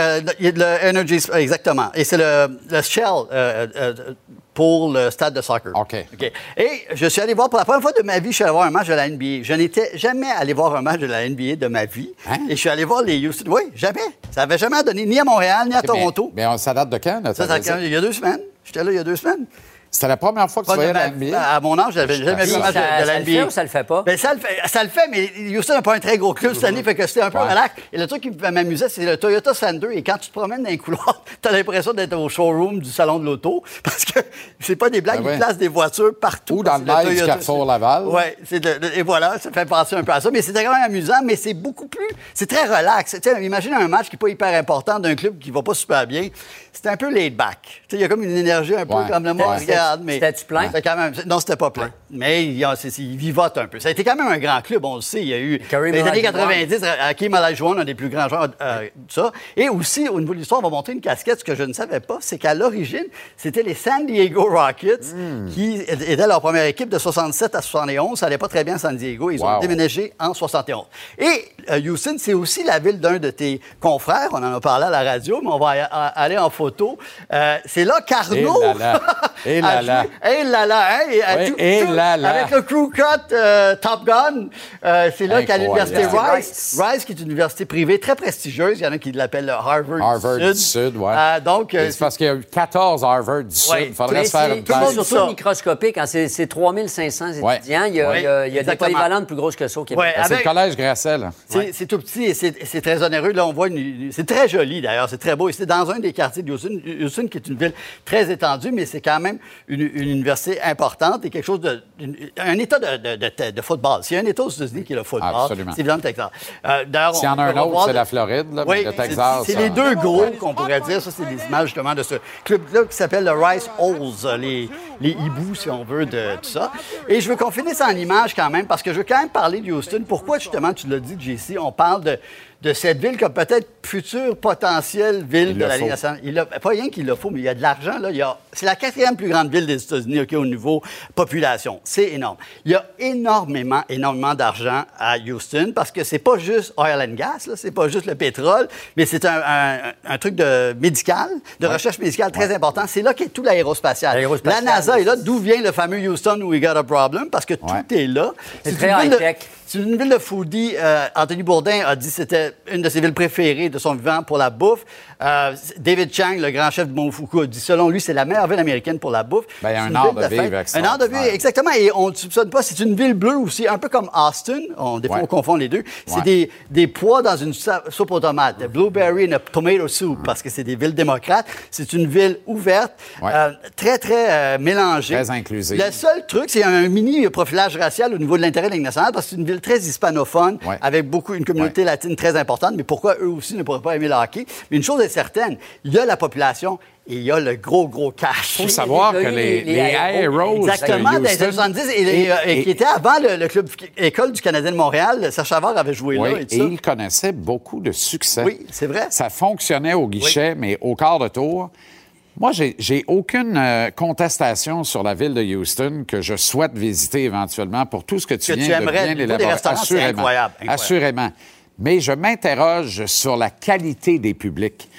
le Energy... Exactement. Et c'est le Shell... pour le stade de soccer. OK. Et je suis allé voir, pour la première fois de ma vie, je suis allé voir un match de la NBA. Je n'étais jamais allé voir un match de la NBA de ma vie. Hein? Et je suis allé voir les Houston. Oui, jamais. Ça n'avait jamais donné ni à Montréal, ni à Toronto. Mais ça date de quand, notre visite? Il y a 2 semaines. J'étais là il y a 2 semaines. C'était la première fois que tu voyais la NBA? À mon âge, j'avais jamais vu un match de la Ça le NBA. fait ou ça le fait pas? Ben, ça le fait, mais Houston n'a pas un très gros club cette année, fait que c'était un peu relax. Et le truc qui m'amusait, c'est le Toyota Sander. Et quand tu te promènes dans les couloirs, tu as l'impression d'être au showroom du salon de l'auto. Parce que c'est pas des blagues, Ben ils placent des voitures partout. Ou dans le mail du Carrefour Laval. Oui, et voilà, ça fait penser un peu à ça. Mais c'était quand même amusant, mais c'est beaucoup plus... C'est très relax. Tu sais, imagine un match qui n'est pas hyper important d'un club qui va pas super bien. C'est un peu laid back. Tu sais, il y a comme une énergie un peu comme le monde regarde. Mais C'était-tu plein? c'était quand même... Non, c'était pas plein. Mais il vivote un peu. Ça a été quand même un grand club, on le sait. Il y a eu, dans les années 90, Hakeem Olajuwon, un des plus grands joueurs de ça. Et aussi, au niveau de l'histoire, on va montrer une casquette. Ce que je ne savais pas, c'est qu'à l'origine, c'était les San Diego Rockets qui étaient leur première équipe de 67 à 71. Ça n'allait pas très bien à San Diego. Ils ont déménagé en 71. Et Houston, c'est aussi la ville d'un de tes confrères. On en a parlé à la radio, mais on va aller en photo. C'est là qu'Arnaud... Et là là. Et là là, hein? Avec le crew cut Top Gun, c'est là qu'à l'université Rice, qui est une université privée très prestigieuse, il y en a qui l'appellent le Harvard du Sud, oui. Donc, c'est parce qu'il y a eu 14 Harvard du Sud. Il faudrait se faire une tout le monde thèse. surtout microscopique. Hein, c'est 3500 étudiants. Il y a des polyvalentes plus grosses que ça au Québec. C'est le collège Grasset, là. C'est tout petit et c'est très onéreux. Là, on voit c'est très joli, d'ailleurs. C'est très beau. Et c'est dans un des quartiers de Houston, qui est une ville très étendue, mais c'est quand même une université importante et quelque chose un état de football. S'il y a un état aux États-Unis qui est le football, c'est évidemment le Texas. D'ailleurs, s'il y en a un autre, c'est la Floride, là, mais le Texas. C'est les deux gros qu'on pourrait dire. Ça, c'est des images justement de ce club-là qui s'appelle le Rice Owls, les hiboux, si on veut, de tout ça. Et je veux qu'on finisse en images quand même, parce que je veux quand même parler de Houston. Pourquoi, justement, tu l'as dit, JC, on parle de cette ville comme peut-être future potentielle ville de la Ligue nationale. Pas rien qu'il le faut, mais il y a de l'argent. C'est la 4e plus grande ville des États-Unis au niveau population. C'est énorme. Il y a énormément d'argent à Houston parce que c'est pas juste oil and gas, là, c'est pas juste le pétrole, mais c'est un truc de recherche médicale très important. C'est là qu'est tout l'aérospatial. La NASA est là, d'où vient le fameux Houston We Got a Problem, parce que tout est là. C'est très high-tech. C'est une ville de foodie. Anthony Bourdain a dit que c'était une de ses villes préférées de son vivant pour la bouffe. David Chang, le grand chef de Montfoucault, a dit selon lui, c'est la meilleure ville américaine pour la bouffe. Il y a un art de vivre avec ça. Un art de vivre, exactement. Et on ne soupçonne pas. C'est une ville bleue aussi, un peu comme Austin. Des fois, on confond les deux. C'est des pois dans une soupe aux tomates. Blueberry and a tomato soup, parce que c'est des villes démocrates. C'est une ville ouverte, très, très mélangée. Très inclusive. Le seul truc, c'est un mini profilage racial au niveau de l'intérêt de la Ligue nationale, parce que c'est une ville très hispanophone, avec une communauté latine très importante. Mais pourquoi eux aussi ne pourraient pas aimer le hockey? Mais une chose est certaine, il y a la population et il y a le gros cash. Il faut savoir que les Aeros exactement, de dans les Houston, années 70, et qui était avant le club école du Canadien de Montréal. Serge Savard avait joué là. Et il connaissait beaucoup de succès. Oui, c'est vrai. Ça fonctionnait au guichet, mais au quart de tour... Moi, j'ai aucune contestation sur la ville de Houston que je souhaite visiter éventuellement pour tout ce que tu viens de bien l'élaborer. Assurément. Assurément. mais je m'interroge sur la qualité des publics.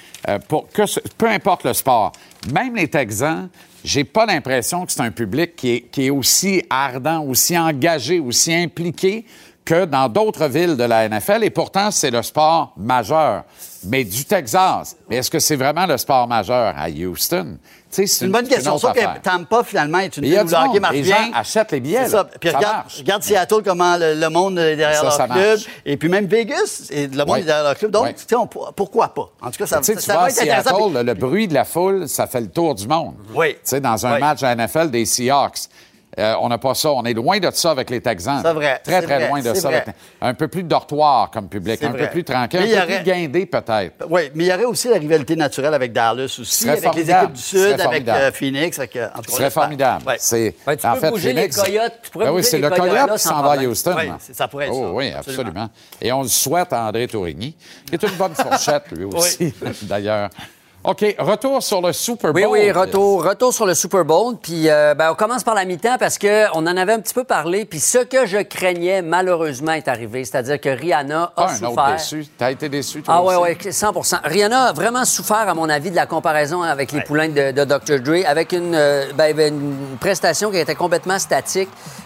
Peu importe le sport, même les Texans, j'ai pas l'impression que c'est un public qui est aussi ardent, aussi engagé, aussi impliqué que dans d'autres villes de la NFL. Et pourtant, c'est le sport majeur. Mais du Texas, mais est-ce que c'est vraiment le sport majeur à Houston? C'est une bonne question. Sauf que Tampa, finalement, est une ville où le hockey marche bien. Les gens achètent les billets. Puis regarde Seattle, comment le monde est derrière leur club. Et puis même Vegas, le monde est derrière leur club. Donc, pourquoi pas? En tout cas, ça va être intéressant. Le bruit de la foule, ça fait le tour du monde. Oui. Dans un match à NFL des Seahawks. On n'a pas ça. On est loin de ça avec les Texans. C'est vrai. Très loin de ça. Un peu plus de dortoir comme public, peu plus tranquille, un peu plus guindé peut-être. Oui, mais il y aurait aussi la rivalité naturelle avec Dallas aussi, avec les équipes du Sud, avec Phoenix. Ce serait formidable. Ouais. Tu peux bouger Phoenix, les Coyotes. Oui, c'est le Coyote qui s'en va à Houston. Oui, ça pourrait être ça. Oui, absolument. Et on le souhaite à André Tourigny, qui est une bonne fourchette lui aussi, d'ailleurs. OK, retour sur le Super Bowl. Oui, retour sur le Super Bowl. Puis on commence par la mi-temps parce qu'on en avait un petit peu parlé. Puis ce que je craignais, malheureusement, est arrivé. C'est-à-dire que Rihanna a souffert. Un autre déçu. T'as été déçu, toi aussi? Oui, 100 Rihanna a vraiment souffert, à mon avis, de la comparaison avec les poulains de Dr. Dre, avec une prestation qui était complètement statique,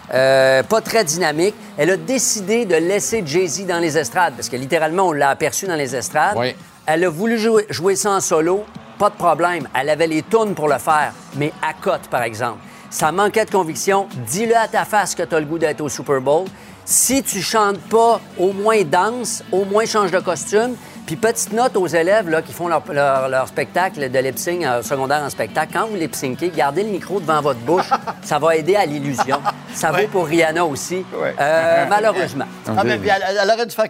pas très dynamique. Elle a décidé de laisser Jay-Z dans les estrades parce que, littéralement, on l'a aperçu dans les estrades. Oui. Elle a voulu jouer ça en solo, pas de problème. Elle avait les tunes pour le faire, mais à cote, par exemple. Ça manquait de conviction. Dis-le à ta face que tu as le goût d'être au Super Bowl. Si tu chantes pas, au moins danse, au moins change de costume. Puis petite note aux élèves là, qui font leur spectacle de lip-sync secondaire en spectacle. Quand vous lip-syncez, gardez le micro devant votre bouche. Ça va aider à l'illusion. Ça vaut pour Rihanna aussi, malheureusement. Mais elle aurait dû faire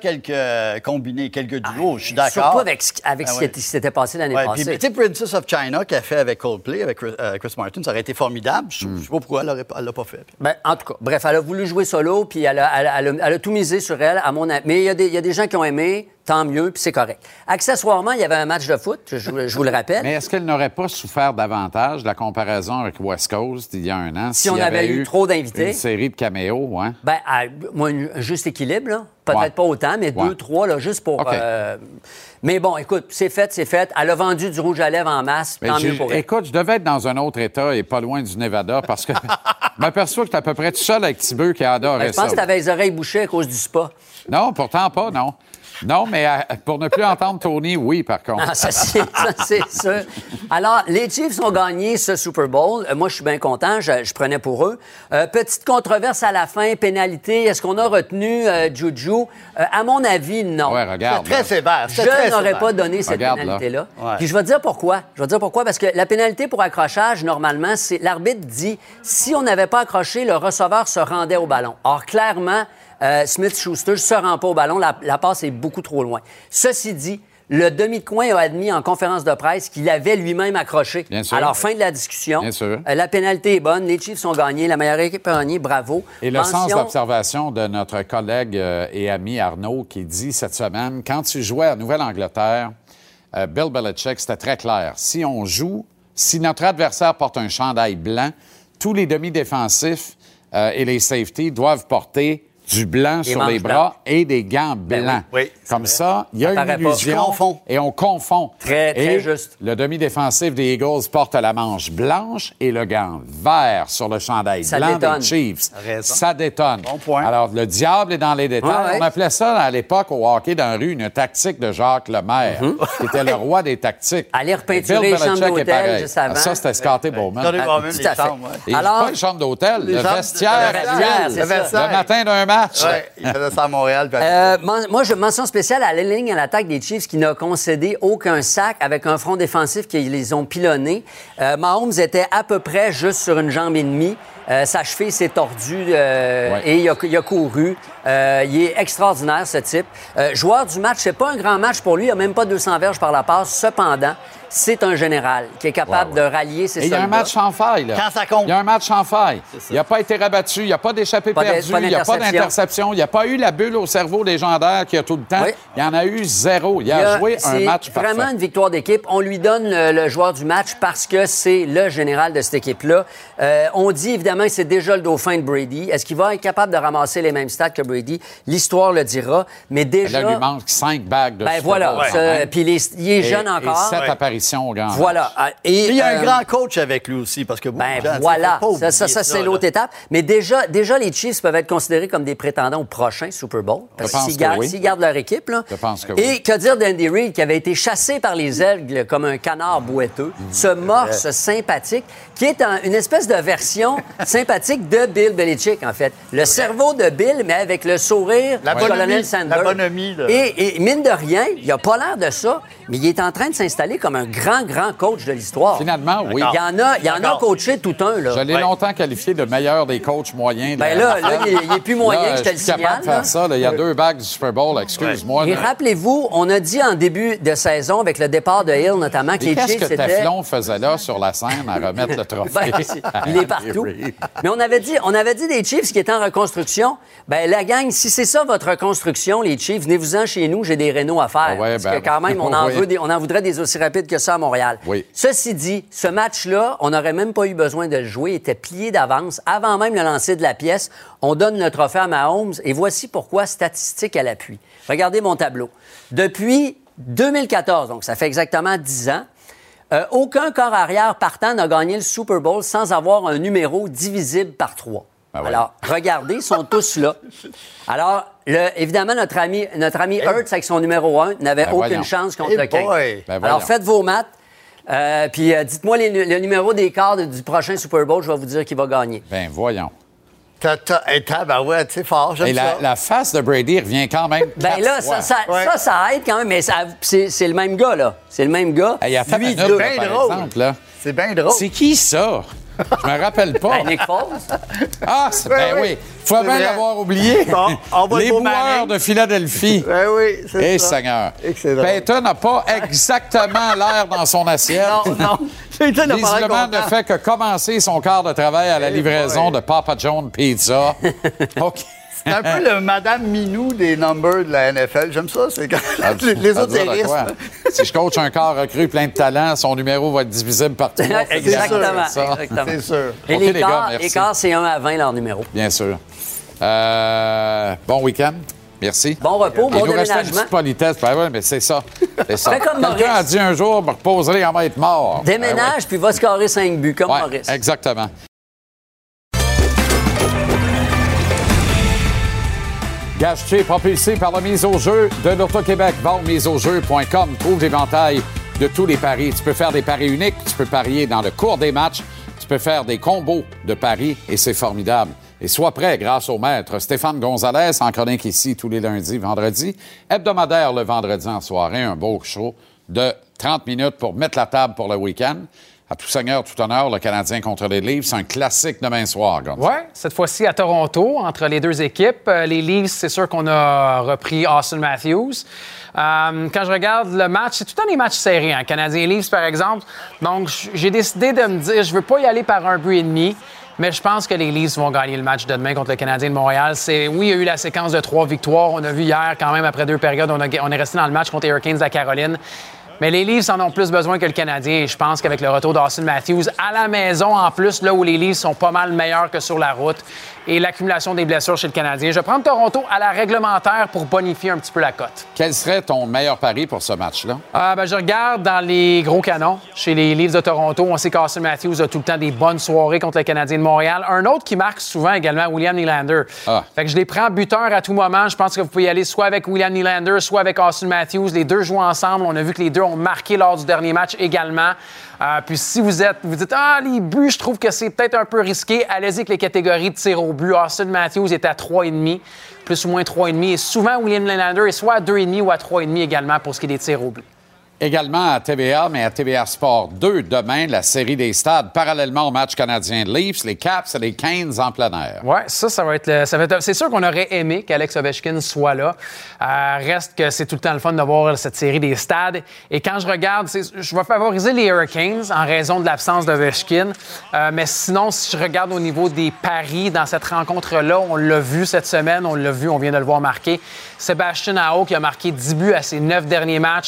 quelques duos, je suis d'accord. Surtout avec ce qui s'était passé l'année passée. Tu sais, Princess of China, qu'elle a fait avec Coldplay, avec Chris Martin, ça aurait été formidable. Je ne sais pas pourquoi elle l'a pas fait. En tout cas, bref, elle a voulu jouer solo, puis elle a tout misé sur elle, à mon avis. Mais il y a des gens qui ont aimé. Tant mieux, puis c'est correct. Accessoirement, il y avait un match de foot, je vous le rappelle. Mais est-ce qu'elle n'aurait pas souffert davantage de la comparaison avec West Coast il y a un an? Si on avait eu trop d'invités. Une série de caméos, hein? Moi, un juste équilibre, là. Peut-être pas autant, mais 2-3, là, juste pour... Okay. Mais bon, écoute, c'est fait. Elle a vendu du rouge à lèvres en masse, tant mieux pour elle. Écoute, je devais être dans un autre État et pas loin du Nevada parce que je m'aperçois que tu es à peu près tout seul avec Thibaut qui adore ça. Je pense que tu avais les oreilles bouchées à cause du spa. Non, pourtant pas, non. Non, mais pour ne plus entendre Tony, oui, par contre. Ça, c'est sûr. Alors, les Chiefs ont gagné ce Super Bowl. Moi, je suis bien content. Je prenais pour eux. Petite controverse à la fin, pénalité. Est-ce qu'on a retenu Juju? À mon avis, non. Ouais, regarde. C'est très sévère. Je n'aurais pas donné cette pénalité-là. Ouais. Puis je vais te dire pourquoi. Parce que la pénalité pour accrochage, normalement, c'est l'arbitre dit si on n'avait pas accroché, le receveur se rendait au ballon. Or, clairement, Smith-Schuster ne se rend pas au ballon. La passe est beaucoup trop loin. Ceci dit, le demi de coin a admis en conférence de presse qu'il avait lui-même accroché. Bien sûr. Alors, fin de la discussion. Bien sûr. La pénalité est bonne. Les Chiefs ont gagné. La meilleure équipe a gagné. Bravo. Et le sens d'observation de notre collègue et ami Arnaud qui dit cette semaine, quand tu jouais à Nouvelle-Angleterre, Bill Belichick, c'était très clair. Si notre adversaire porte un chandail blanc, tous les demi-défensifs et les safeties doivent porter du blanc sur les bras et des gants blancs. Oui, comme ça, il y a une illusion et on confond. Très juste. Le demi-défensif des Eagles porte la manche blanche et le gant vert sur le chandail blanc des Chiefs. Ça détonne. Bon point. Alors, le diable est dans les détails. On appelait ça, à l'époque, au hockey dans la rue, une tactique de Jacques Lemaire, qui était le roi des tactiques. Aller repeinturer les chambres d'hôtel juste avant. Ça, c'était Scotty Bowman. Tout à fait. Et pas une chambre d'hôtel, le vestiaire. Le matin d'un match. Oui, il faisait ça à Montréal. Moi, je mention spéciale à la ligne à l'attaque des Chiefs qui n'a concédé aucun sac avec un front défensif qui les ont pilonnés. Mahomes était à peu près juste sur une jambe et demie. Sa cheville s'est tordue et il a couru. Il est extraordinaire, ce type. Joueur du match, c'est pas un grand match pour lui. Il n'a même pas 200 verges par la passe. Cependant, c'est un général qui est capable de rallier ses soldats. Il y a un match sans faille, là. Quand ça compte. Il y a un match sans faille. Il n'a pas été rabattu, il n'y a pas d'échappée perdue, il n'y a pas d'interception, il n'y a pas eu la bulle au cerveau légendaire qu'il y a tout le temps. Oui. Il y en a eu zéro. Il a joué un match parfait. C'est vraiment une victoire d'équipe. On lui donne le joueur du match parce que c'est le général de cette équipe-là. On dit évidemment Évidemment, c'est déjà le dauphin de Brady. Est-ce qu'il va être capable de ramasser les mêmes stats que Brady? L'histoire le dira. Mais déjà... Là, il lui manque 5 bagues de Super voilà. Bowl. Puis il est jeune encore. Et 7 apparitions au grand Voilà. match. Et il y a un grand coach avec lui aussi, parce que voilà. Ça c'est l'autre étape. Mais déjà, les Chiefs peuvent être considérés comme des prétendants au prochain Super Bowl. Parce s'ils gardent leur équipe, là. Je pense que oui. Et que dire d'Andy Reid, qui avait été chassé par les aigles comme un canard boiteux, ce morse sympathique, qui est une espèce de version sympathique de Bill Belichick, en fait. Le cerveau de Bill, mais avec le sourire du colonel Sanders. La bonhomie. Et mine de rien, il n'a pas l'air de ça, mais il est en train de s'installer comme un grand coach de l'histoire. Finalement, oui. Il y en a coaché tout un, là. Je l'ai longtemps qualifié de meilleur des coachs moyens. Là, il n'est plus moyen que je te le signale. Je suis capable de faire ça. Là. Il y a 2 bagues du Super Bowl, excuse-moi. Et rappelez-vous, on a dit en début de saison, avec le départ de Hill notamment, que les Chiefs, qu'est-ce que Teflon faisait là sur la scène à remettre le trophée? Il est partout. Mais on avait dit des Chiefs qui étaient en reconstruction. La gang, si c'est ça votre reconstruction, les Chiefs, venez-vous-en chez nous, j'ai des rénaux à faire. Parce que quand même, on en voudrait des aussi rapides que ça à Montréal. Oui. Ceci dit, ce match-là, on n'aurait même pas eu besoin de le jouer. Il était plié d'avance. Avant même le lancer de la pièce, on donne le trophée à Mahomes. Et voici pourquoi, statistique à l'appui. Regardez mon tableau. Depuis 2014, donc ça fait exactement 10 ans, aucun corps arrière partant n'a gagné le Super Bowl sans avoir un numéro divisible par 3. Alors, regardez, ils sont tous là. Alors, évidemment, notre ami Hurts, avec son numéro 1, n'avait aucune chance contre le 15. Alors, faites vos maths. Puis, dites-moi le numéro des quarts du prochain Super Bowl, je vais vous dire qui va gagner. Ben, voyons. C'est fort, j'aime ça. La face de Brady revient quand même. Ça aide quand même, mais c'est le même gars, là. C'est le même gars. Il a fait Lui, par exemple, là. C'est bien drôle. C'est qui ça? Je me rappelle pas. Nick Foles. Oui. Faut bien l'avoir oublié. Les boueurs de Philadelphie. Oui, c'est ça. Seigneur. Excellent. Peyton n'a pas exactement l'air dans son assiette. Non. Peyton n'a pas Visiblement ne fait que commencer son quart de travail à la livraison de Papa John Pizza. OK. C'est un peu le Madame Minou des numbers de la NFL. J'aime ça. C'est quand l'ésotérisme. Si je coach un corps recru plein de talent, son numéro va être divisible par 3. Exactement. C'est sûr. Et okay, les quarts, c'est 1 à 20 leur numéro. Bien sûr. Bon week-end. Merci. Bon repos, bon déménagement. Il nous restait une petite politesse. Oui, mais c'est ça. Quelqu'un a dit un jour, me reposerai en être mort. Déménage, puis va scorer 5 buts, comme Maurice. Exactement. Gage-T, propulsé par la mise au jeu de l'Auto-Québec. Va au miseaujeu.com. Trouve l'éventail de tous les paris. Tu peux faire des paris uniques. Tu peux parier dans le cours des matchs. Tu peux faire des combos de paris et c'est formidable. Et sois prêt grâce au maître Stéphane Gonzalez, en chronique ici tous les lundis, vendredis. Hebdomadaire le vendredi en soirée. Un beau show de 30 minutes pour mettre la table pour le week-end. À tout seigneur, tout honneur, le Canadien contre les Leafs, c'est un classique demain soir. Oui, cette fois-ci à Toronto, entre les deux équipes. Les Leafs, c'est sûr qu'on a repris Austin Matthews. Quand je regarde le match, c'est tout le temps des matchs serrés, hein. Canadien-Leafs, par exemple. Donc, j'ai décidé de me dire, je ne veux pas y aller par 1 but et demi, mais je pense que les Leafs vont gagner le match de demain contre le Canadien de Montréal. Oui, il y a eu la séquence de 3 victoires. On a vu hier, quand même, après 2 périodes, on est resté dans le match contre les Hurricanes de la Caroline. Mais les Leafs en ont plus besoin que le Canadien. Et je pense qu'avec le retour d'Austin Matthews à la maison, en plus, là où les Leafs sont pas mal meilleurs que sur la route, et l'accumulation des blessures chez le Canadien, je vais prendre Toronto à la réglementaire pour bonifier un petit peu la cote. Quel serait ton meilleur pari pour ce match-là? Je regarde dans les gros canons chez les Leafs de Toronto. On sait qu'Austin Matthews a tout le temps des bonnes soirées contre le Canadien de Montréal. Un autre qui marque souvent également, William Nylander. Fait que je les prends buteurs à tout moment. Je pense que vous pouvez y aller soit avec William Nylander, soit avec Austin Matthews. Les deux jouent ensemble. On a vu que les deux ont marqué lors du dernier match également. Puis si vous dites « les buts, je trouve que c'est peut-être un peu risqué », allez-y avec les catégories de tir au but. Austin Matthews est à 3,5, plus ou moins 3,5. Et souvent, William Nylander est soit à 2,5 ou à 3,5 également pour ce qui est des tirs au but. Également à TVA, mais à TVA Sport 2, demain, la série des stades, parallèlement au match canadien de Leafs, les Caps et les Canes en plein air. Oui, ça va être... C'est sûr qu'on aurait aimé qu'Alex Ovechkin soit là. Reste que c'est tout le temps le fun de voir cette série des stades. Et quand je regarde, je vais favoriser les Hurricanes en raison de l'absence d'Ovechkin. Mais sinon, si je regarde au niveau des paris dans cette rencontre-là, on l'a vu cette semaine, on vient de le voir marquer. Sébastien Aho qui a marqué 10 buts à ses 9 derniers matchs.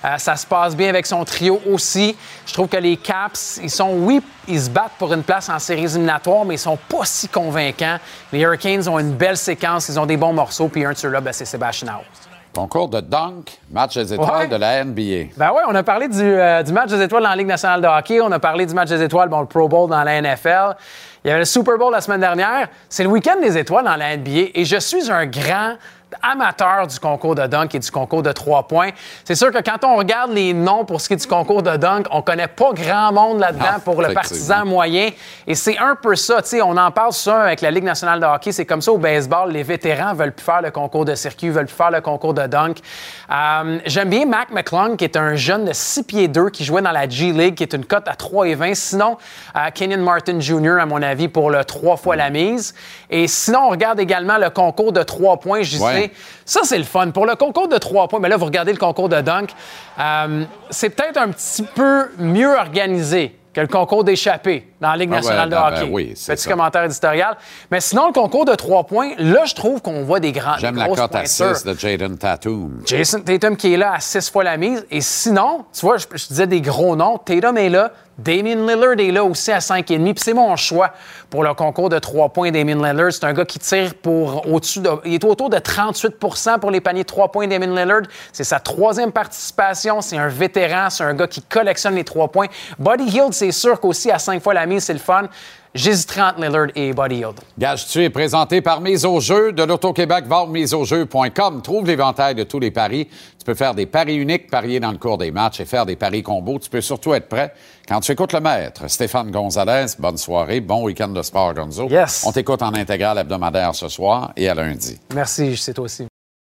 Ça se passe bien avec son trio aussi. Je trouve que les Caps, ils se battent pour une place en séries éliminatoires, mais ils sont pas si convaincants. Les Hurricanes ont une belle séquence, ils ont des bons morceaux, puis un de ceux-là, c'est Sebastian Aho. Concours de dunk, match des étoiles de la NBA. Ben oui, on a parlé du match des étoiles dans la Ligue nationale de hockey. On a parlé du match des étoiles, le Pro Bowl dans la NFL. Il y avait le Super Bowl la semaine dernière. C'est le week-end des étoiles dans la NBA. Et je suis un grand amateur du concours de dunk et du concours de 3 points. C'est sûr que quand on regarde les noms pour ce qui est du concours de dunk, on connaît pas grand monde là-dedans pour le partisan moyen. Et c'est un peu ça. T'sais, on en parle souvent avec la Ligue nationale de hockey. C'est comme ça au baseball. Les vétérans veulent plus faire le concours de circuit, veulent plus faire le concours de dunk. J'aime bien Mac McClung, qui est un jeune de 6 pieds 2 qui jouait dans la G-League, qui est une cote à 3,20. Sinon, Kenyon Martin Jr., à mon avis, pour le 3 fois la mise. Et sinon, on regarde également le concours de 3 points. Je disais, ça, c'est le fun. Pour le concours de 3 points, mais là, vous regardez le concours de dunk, c'est peut-être un petit peu mieux organisé que le concours d'échappée dans la Ligue nationale de hockey. Oui, c'est Petit commentaire éditorial. Mais sinon, le concours de 3 points, là, je trouve qu'on voit des grands. J'aime la cote à 6 de Jason Tatum. Jason Tatum qui est là à 6 fois la mise. Et sinon, tu vois, je disais des gros noms. Tatum est là. Damian Lillard est là aussi à 5,5. Puis c'est mon choix pour le concours de 3 points. Damian Lillard, c'est un gars qui tire il est autour de 38 % pour les paniers de 3 points. Damian Lillard, c'est sa 3e participation. C'est un vétéran. C'est un gars qui collectionne les 3 points. Buddy Hield, c'est sûr qu'aussi à 5 fois la mise, c'est le fun. J'hésiterai entre Lillard et Buddy Hield. Gage-tu est présenté par Mise au jeu de l'Auto-Québec. Va miseaujeu.com. Trouve l'éventail de tous les paris. Tu peux faire des paris uniques, parier dans le cours des matchs et faire des paris combos. Tu peux surtout être prêt quand tu écoutes le maître. Stéphane Gonzalez, bonne soirée. Bon week-end de sport, Gonzo. Yes. On t'écoute en intégrale hebdomadaire ce soir et à lundi. Merci, c'est toi aussi.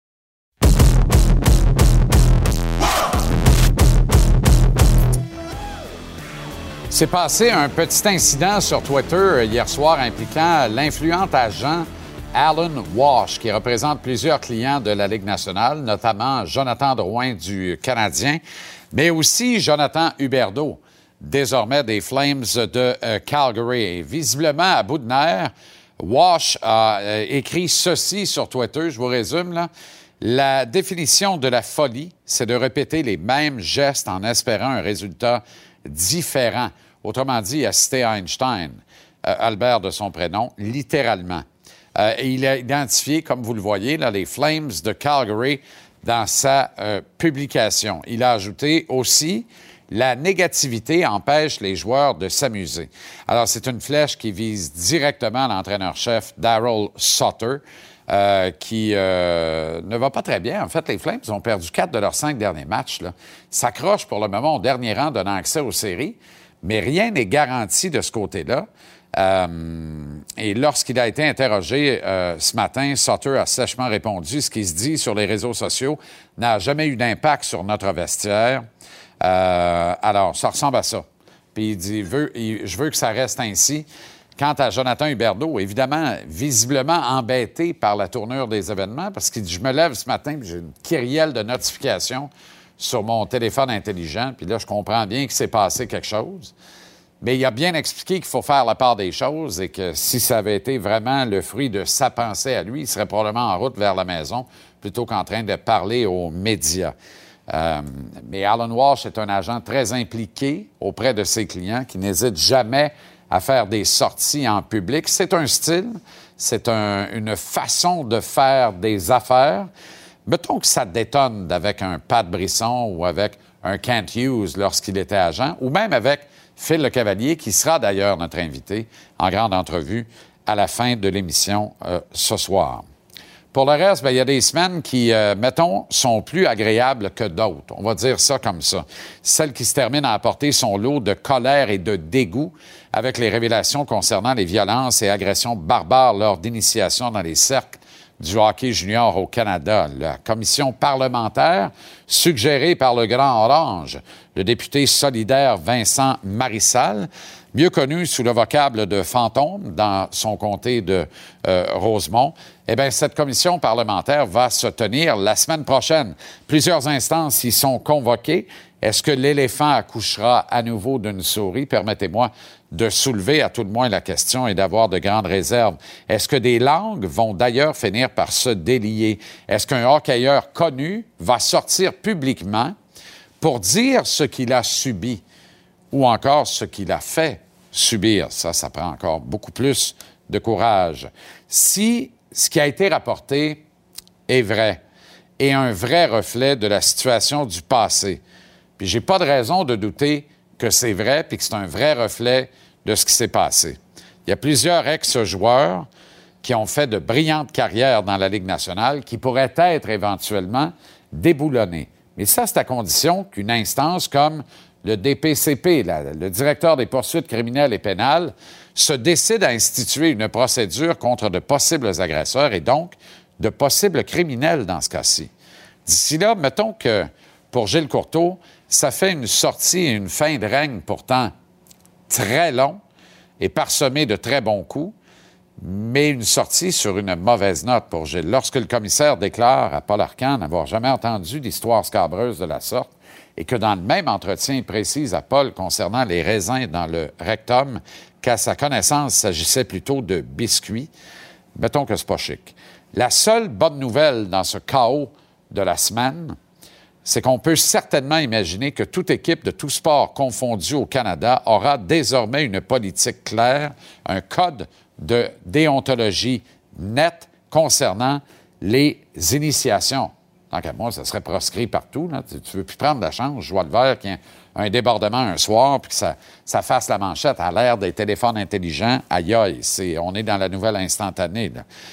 C'est passé un petit incident sur Twitter hier soir impliquant l'influent agent Alan Walsh, qui représente plusieurs clients de la Ligue nationale, notamment Jonathan Drouin du Canadien, mais aussi Jonathan Huberdeau, désormais des Flames de Calgary. Et visiblement, à bout de nerfs, Walsh a écrit ceci sur Twitter, je vous résume, là. La définition de la folie, c'est de répéter les mêmes gestes en espérant un résultat différent. Autrement dit, il a cité Einstein, Albert de son prénom, littéralement. Et il a identifié, comme vous le voyez, là, les Flames de Calgary dans sa publication. Il a ajouté aussi « La négativité empêche les joueurs de s'amuser ». Alors, c'est une flèche qui vise directement l'entraîneur-chef Daryl Sutter, qui ne va pas très bien. En fait, les Flames ont perdu 4 de leurs 5 derniers matchs. Là. S'accrochent pour le moment au dernier rang, donnant accès aux séries, mais rien n'est garanti de ce côté-là. Et lorsqu'il a été interrogé ce matin, Sutter a sèchement répondu « Ce qui se dit sur les réseaux sociaux n'a jamais eu d'impact sur notre vestiaire. » Alors, ça ressemble à ça. Puis il dit « Je veux que ça reste ainsi. » Quant à Jonathan Huberdeau, évidemment, visiblement embêté par la tournure des événements, parce qu'il dit « Je me lève ce matin, puis j'ai une kyrielle de notifications sur mon téléphone intelligent, puis là, je comprends bien qu'il s'est passé quelque chose. » Mais il a bien expliqué qu'il faut faire la part des choses et que si ça avait été vraiment le fruit de sa pensée à lui, il serait probablement en route vers la maison plutôt qu'en train de parler aux médias. Mais Alan Walsh est un agent très impliqué auprès de ses clients qui n'hésite jamais à faire des sorties en public. C'est un style, c'est une façon de faire des affaires. Mettons que ça détonne avec un Pat Brisson ou avec un Kent Hughes lorsqu'il était agent, ou même avec Phil Lecavalier, qui sera d'ailleurs notre invité en grande entrevue à la fin de l'émission ce soir. Pour le reste, il y a des semaines qui, mettons, sont plus agréables que d'autres. On va dire ça comme ça. Celle qui se termine à apporter son lot de colère et de dégoût avec les révélations concernant les violences et agressions barbares lors d'initiation dans les cercles du hockey junior au Canada. La commission parlementaire, suggérée par le Grand Orange, le député solidaire Vincent Marissal, mieux connu sous le vocable de fantôme dans son comté de Rosemont, eh bien, cette commission parlementaire va se tenir la semaine prochaine. Plusieurs instances y sont convoquées. Est-ce que l'éléphant accouchera à nouveau d'une souris? Permettez-moi de soulever à tout le moins la question et d'avoir de grandes réserves. Est-ce que des langues vont d'ailleurs finir par se délier? Est-ce qu'un hockeyeur connu va sortir publiquement pour dire ce qu'il a subi ou encore ce qu'il a fait subir. Ça prend encore beaucoup plus de courage. Si ce qui a été rapporté est vrai et un vrai reflet de la situation du passé, puis j'ai pas de raison de douter que c'est vrai puis que c'est un vrai reflet de ce qui s'est passé. Il y a plusieurs ex-joueurs qui ont fait de brillantes carrières dans la Ligue nationale qui pourraient être éventuellement déboulonnés. Mais ça, c'est à condition qu'une instance comme le DPCP, le directeur des poursuites criminelles et pénales, se décide à instituer une procédure contre de possibles agresseurs et donc de possibles criminels dans ce cas-ci. D'ici là, mettons que pour Gilles Courteau, ça fait une sortie et une fin de règne pourtant très long et parsemé de très bons coups, mais une sortie sur une mauvaise note pour Gilles. Lorsque le commissaire déclare à Paul Arcand n'avoir jamais entendu d'histoire scabreuse de la sorte et que dans le même entretien, il précise à Paul concernant les raisins dans le rectum qu'à sa connaissance, il s'agissait plutôt de biscuits, mettons que c'est pas chic. La seule bonne nouvelle dans ce chaos de la semaine, c'est qu'on peut certainement imaginer que toute équipe de tout sport confondu au Canada aura désormais une politique claire, un code de déontologie net concernant les initiations. Tant qu'à moi, ça serait proscrit partout. Là. Tu veux plus prendre la chance, je vois le vert, qu'il y ait un débordement un soir, puis que ça fasse la manchette à l'ère des téléphones intelligents. Aïe aïe, on est dans la nouvelle instantanée.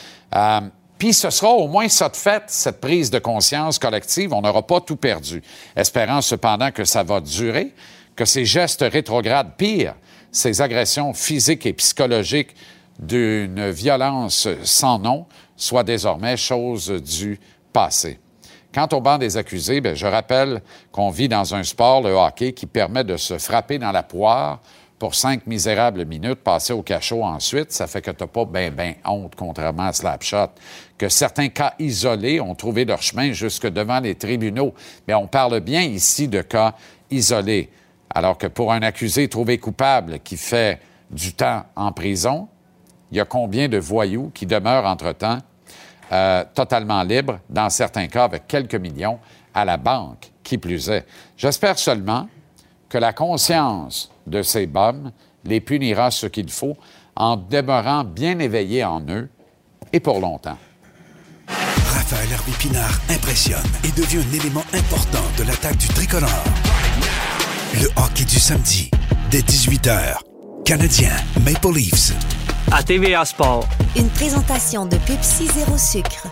Puis ce sera au moins ça de fait, cette prise de conscience collective. On n'aura pas tout perdu. Espérant cependant que ça va durer, que ces gestes rétrogrades, pire, ces agressions physiques et psychologiques d'une violence sans nom, soient désormais chose du passé. Quant au banc des accusés, bien, je rappelle qu'on vit dans un sport, le hockey, qui permet de se frapper dans la poire pour 5 misérables minutes, passer au cachot ensuite. Ça fait que tu n'as pas ben honte, contrairement à Slapshot, que certains cas isolés ont trouvé leur chemin jusque devant les tribunaux. Mais on parle bien ici de cas isolés. Alors que pour un accusé trouvé coupable qui fait du temps en prison, il y a combien de voyous qui demeurent entre-temps totalement libres, dans certains cas avec quelques millions, à la banque, qui plus est. J'espère seulement que la conscience de ces bums les punira ce qu'il faut en demeurant bien éveillés en eux et pour longtemps. Raphaël Harvey-Pinard impressionne et devient un élément important de l'attaque du tricolore. Le hockey du samedi, dès 18h. Canadien Maple Leafs. À TVA Sport. Une présentation de Pepsi Zéro Sucre.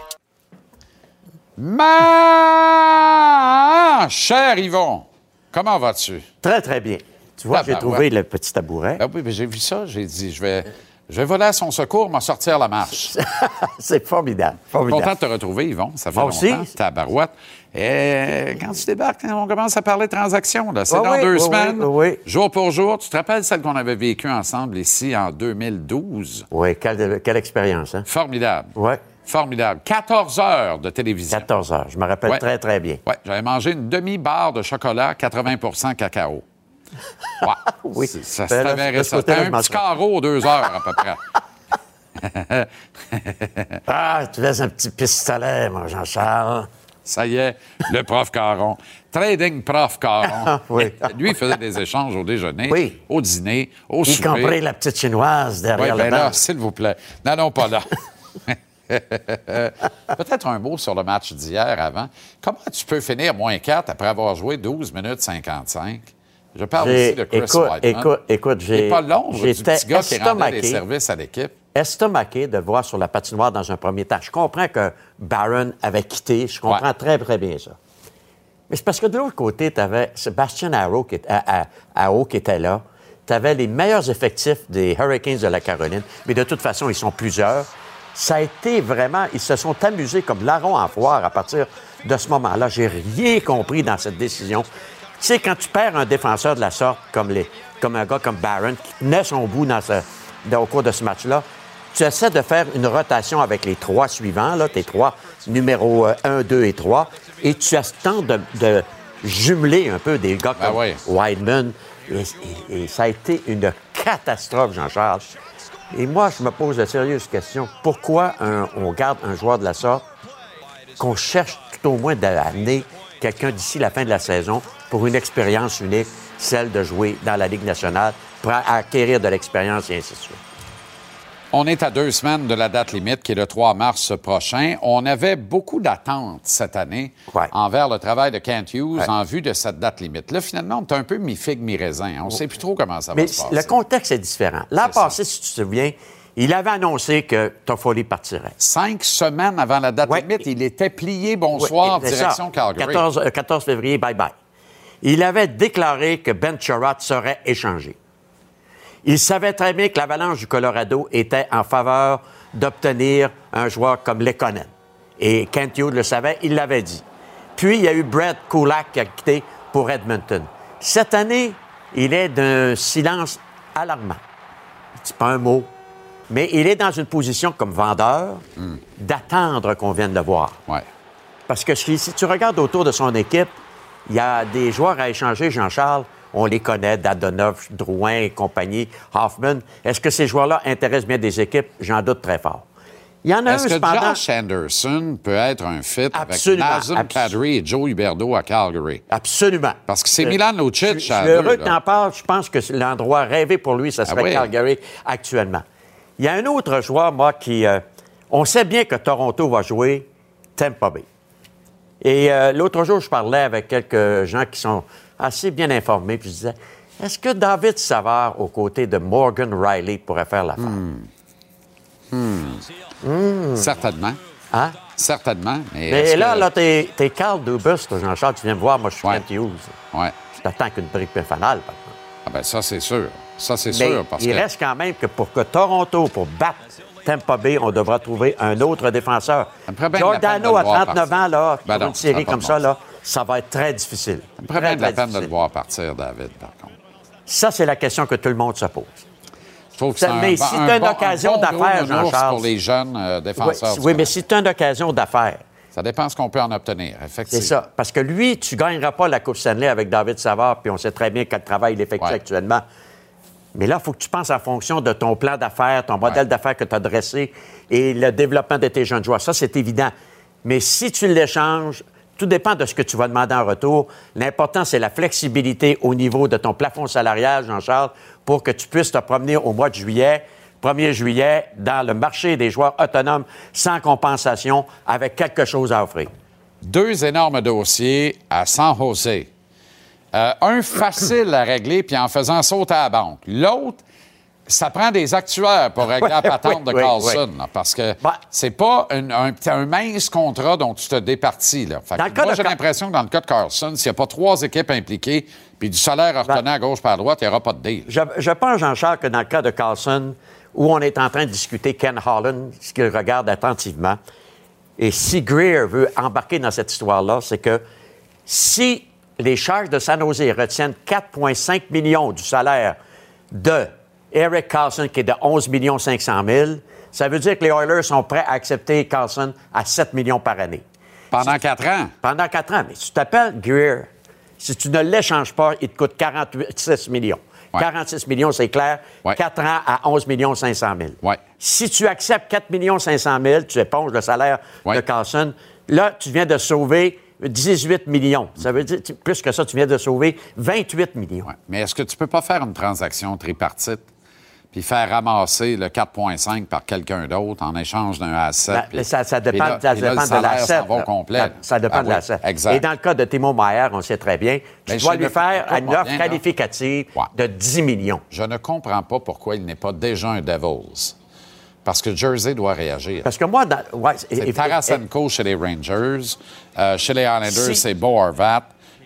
Ma cher Yvon, comment vas-tu? Très, très bien. Tu vois, j'ai trouvé le petit tabouret. Ah oui, mais j'ai vu ça. J'ai dit, je vais voler à son secours, m'en sortir la marche. C'est formidable. Formidable. Content de te retrouver, Yvon. Ça fait Moi longtemps. aussi. Tabarouette. Et quand tu débarques, on commence à parler de transactions. Là. C'est dans 2 semaines, jour pour jour. Tu te rappelles celle qu'on avait vécue ensemble ici en 2012? Oui, quelle expérience, hein? Formidable. Oui. Formidable. 14 heures de télévision. 14 heures. Je me rappelle très, très bien. Oui, j'avais mangé une demi-barre de chocolat 80% cacao. Ouais. Oui. Ça se t'avait ça. C'était un petit carreau 2 heures à peu près. Ah, tu laisses un petit pistolet, mon Jean-Charles. Ça y est, le prof Caron. Trading prof Caron. Oui. Lui, il faisait des échanges au déjeuner, oui. au dîner, au souper. Y compris la petite chinoise derrière le banc. Là, s'il vous plaît. Non, pas là. Peut-être un mot sur le match d'hier avant. Comment tu peux finir moins 4 après avoir joué 12 minutes 55? Je parle ici de Chris Whiteman. Écoute, c'est pas long, le petit gars qui rendait des services à l'équipe. Estomaqué de voir sur la patinoire dans un premier temps. Je comprends que Barron avait quitté. Je comprends très, très bien ça. Mais c'est parce que de l'autre côté, tu avais Sébastien Aho qui était là. Tu avais les meilleurs effectifs des Hurricanes de la Caroline. Mais de toute façon, ils sont plusieurs. Ça a été vraiment... Ils se sont amusés comme larrons en foire à partir de ce moment-là. J'ai rien compris dans cette décision. Tu sais, quand tu perds un défenseur de la sorte, comme un gars comme Barron, qui tenait son bout au cours de ce match-là, tu essaies de faire une rotation avec les 3 suivants, là, tes 3 numéros 1, 2 et 3, et tu tentes de jumeler un peu des gars comme Wideman. Et ça a été une catastrophe, Jean-Charles. Et moi, je me pose de sérieuses questions. Pourquoi on garde un joueur de la sorte qu'on cherche tout au moins d'amener quelqu'un d'ici la fin de la saison pour une expérience unique, celle de jouer dans la Ligue nationale, pour acquérir de l'expérience et ainsi de suite. On est à 2 semaines de la date limite, qui est le 3 mars prochain. On avait beaucoup d'attentes cette année envers le travail de Kent Hughes en vue de cette date limite. Là, finalement, on est un peu mi-figue, mi-raisin. On ne sait plus trop comment ça va se passer. Mais le contexte est différent. L'an passé, si tu te souviens, il avait annoncé que Toffoli partirait. 5 semaines avant la date limite, il était plié, bonsoir, direction Calgary. 14 février, bye-bye. Il avait déclaré que Ben Chiarot serait échangé. Il savait très bien que l'Avalanche du Colorado était en faveur d'obtenir un joueur comme Lekkonen. Et Kent Hughes le savait, il l'avait dit. Puis, il y a eu Brett Kulak qui a quitté pour Edmonton. Cette année, il est d'un silence alarmant. Il ne dit pas un mot, mais il est dans une position comme vendeur d'attendre qu'on vienne le voir. Ouais. Parce que si tu regardes autour de son équipe, il y a des joueurs à échanger, Jean-Charles. On les connaît, Dadonov, Drouin et compagnie, Hoffman. Est-ce que ces joueurs-là intéressent bien des équipes? J'en doute très fort. Il y en a Est-ce que Josh Anderson peut être un fit avec Nazem Kadri et Joe Huberdeau à Calgary? Absolument. Parce que c'est Milan Lucic. Je suis heureux que tu en parles. Je pense que l'endroit rêvé pour lui, ça serait Calgary actuellement. Il y a un autre joueur, moi, qui... on sait bien que Toronto va jouer Tampa Bay. Et l'autre jour, je parlais avec quelques gens qui sont assez bien informés, puis je disais, est-ce que David Savard, aux côtés de Morgan Riley, pourrait faire l'affaire? Certainement. Hein? Certainement. Mais là, t'es Carl Dubus, Jean-Charles, tu viens me voir, moi, je suis Kent Hughes. Ouais. Je t'attends qu'une brique finale, par contre. Ah ben ça, c'est sûr. Ça, c'est Mais sûr. Parce il reste quand même que pour que Toronto, pour battre Tampa Bay, on devra trouver un autre défenseur. Giordano, à 39 ans, là, pour une série comme ça, là, ça va être très difficile. Ça me ferait bien de la peine de le voir partir, David, par contre. Ça, c'est la question que tout le monde se pose. Je trouve que c'est mais si tu as une occasion d'affaires, Jean-Charles... pour les jeunes défenseurs. Oui, mais si tu as une occasion d'affaires... Ça dépend ce qu'on peut en obtenir, effectivement. C'est ça. Parce que lui, tu ne gagneras pas la Coupe Stanley avec David Savard, puis on sait très bien quel travail il effectue actuellement. Mais là, il faut que tu penses en fonction de ton plan d'affaires, ton modèle d'affaires que tu as dressé et le développement de tes jeunes joueurs. Ça, c'est évident. Mais si tu l'échanges, tout dépend de ce que tu vas demander en retour. L'important, c'est la flexibilité au niveau de ton plafond salarial, Jean-Charles, pour que tu puisses te promener au mois de juillet, 1er juillet, dans le marché des joueurs autonomes, sans compensation, avec quelque chose à offrir. 2 énormes dossiers à San Jose. Un facile à régler, puis en faisant sauter à la banque. L'autre, ça prend des actuaires pour régler la patente de Carlson, là, parce que c'est pas un mince contrat dont tu te départis. Là. Fait que moi, j'ai l'impression que dans le cas de Carlson, s'il n'y a pas 3 équipes impliquées, puis du salaire retenant à gauche par à droite, il n'y aura pas de deal. Je pense, Jean-Charles, que dans le cas de Carlson, où on est en train de discuter Ken Holland, ce qu'il regarde attentivement, et si Greer veut embarquer dans cette histoire-là, c'est que si les Sharks de San Jose retiennent 4,5 millions du salaire de Erik Karlsson, qui est de 11 500 000, ça veut dire que les Oilers sont prêts à accepter Karlsson à 7 millions par année. Pendant 4 ans? Pendant 4 ans. Mais si tu t'appelles Greer, si tu ne l'échanges pas, il te coûte 46 millions. 46 millions, c'est clair. 4 ans à 11 500 000. Si tu acceptes 4 500 000, tu éponges le salaire de Karlsson, là, tu viens de sauver 18 millions. Ça veut dire, plus que ça, tu viens de sauver 28 millions. Mais est-ce que tu peux pas faire une transaction tripartite puis faire ramasser le 4,5 par quelqu'un d'autre en échange d'un asset? Ça dépend de l'asset. Ça dépend de l'asset. Exact. Et dans le cas de Timo Meier, on sait très bien, tu dois lui faire une offre qualificative de 10 millions. Je ne comprends pas pourquoi il n'est pas déjà un Devils. Parce que Jersey doit réagir. Parce que moi... c'est Tarasenko chez les Rangers. Chez les Islanders, c'est Bo Horvat.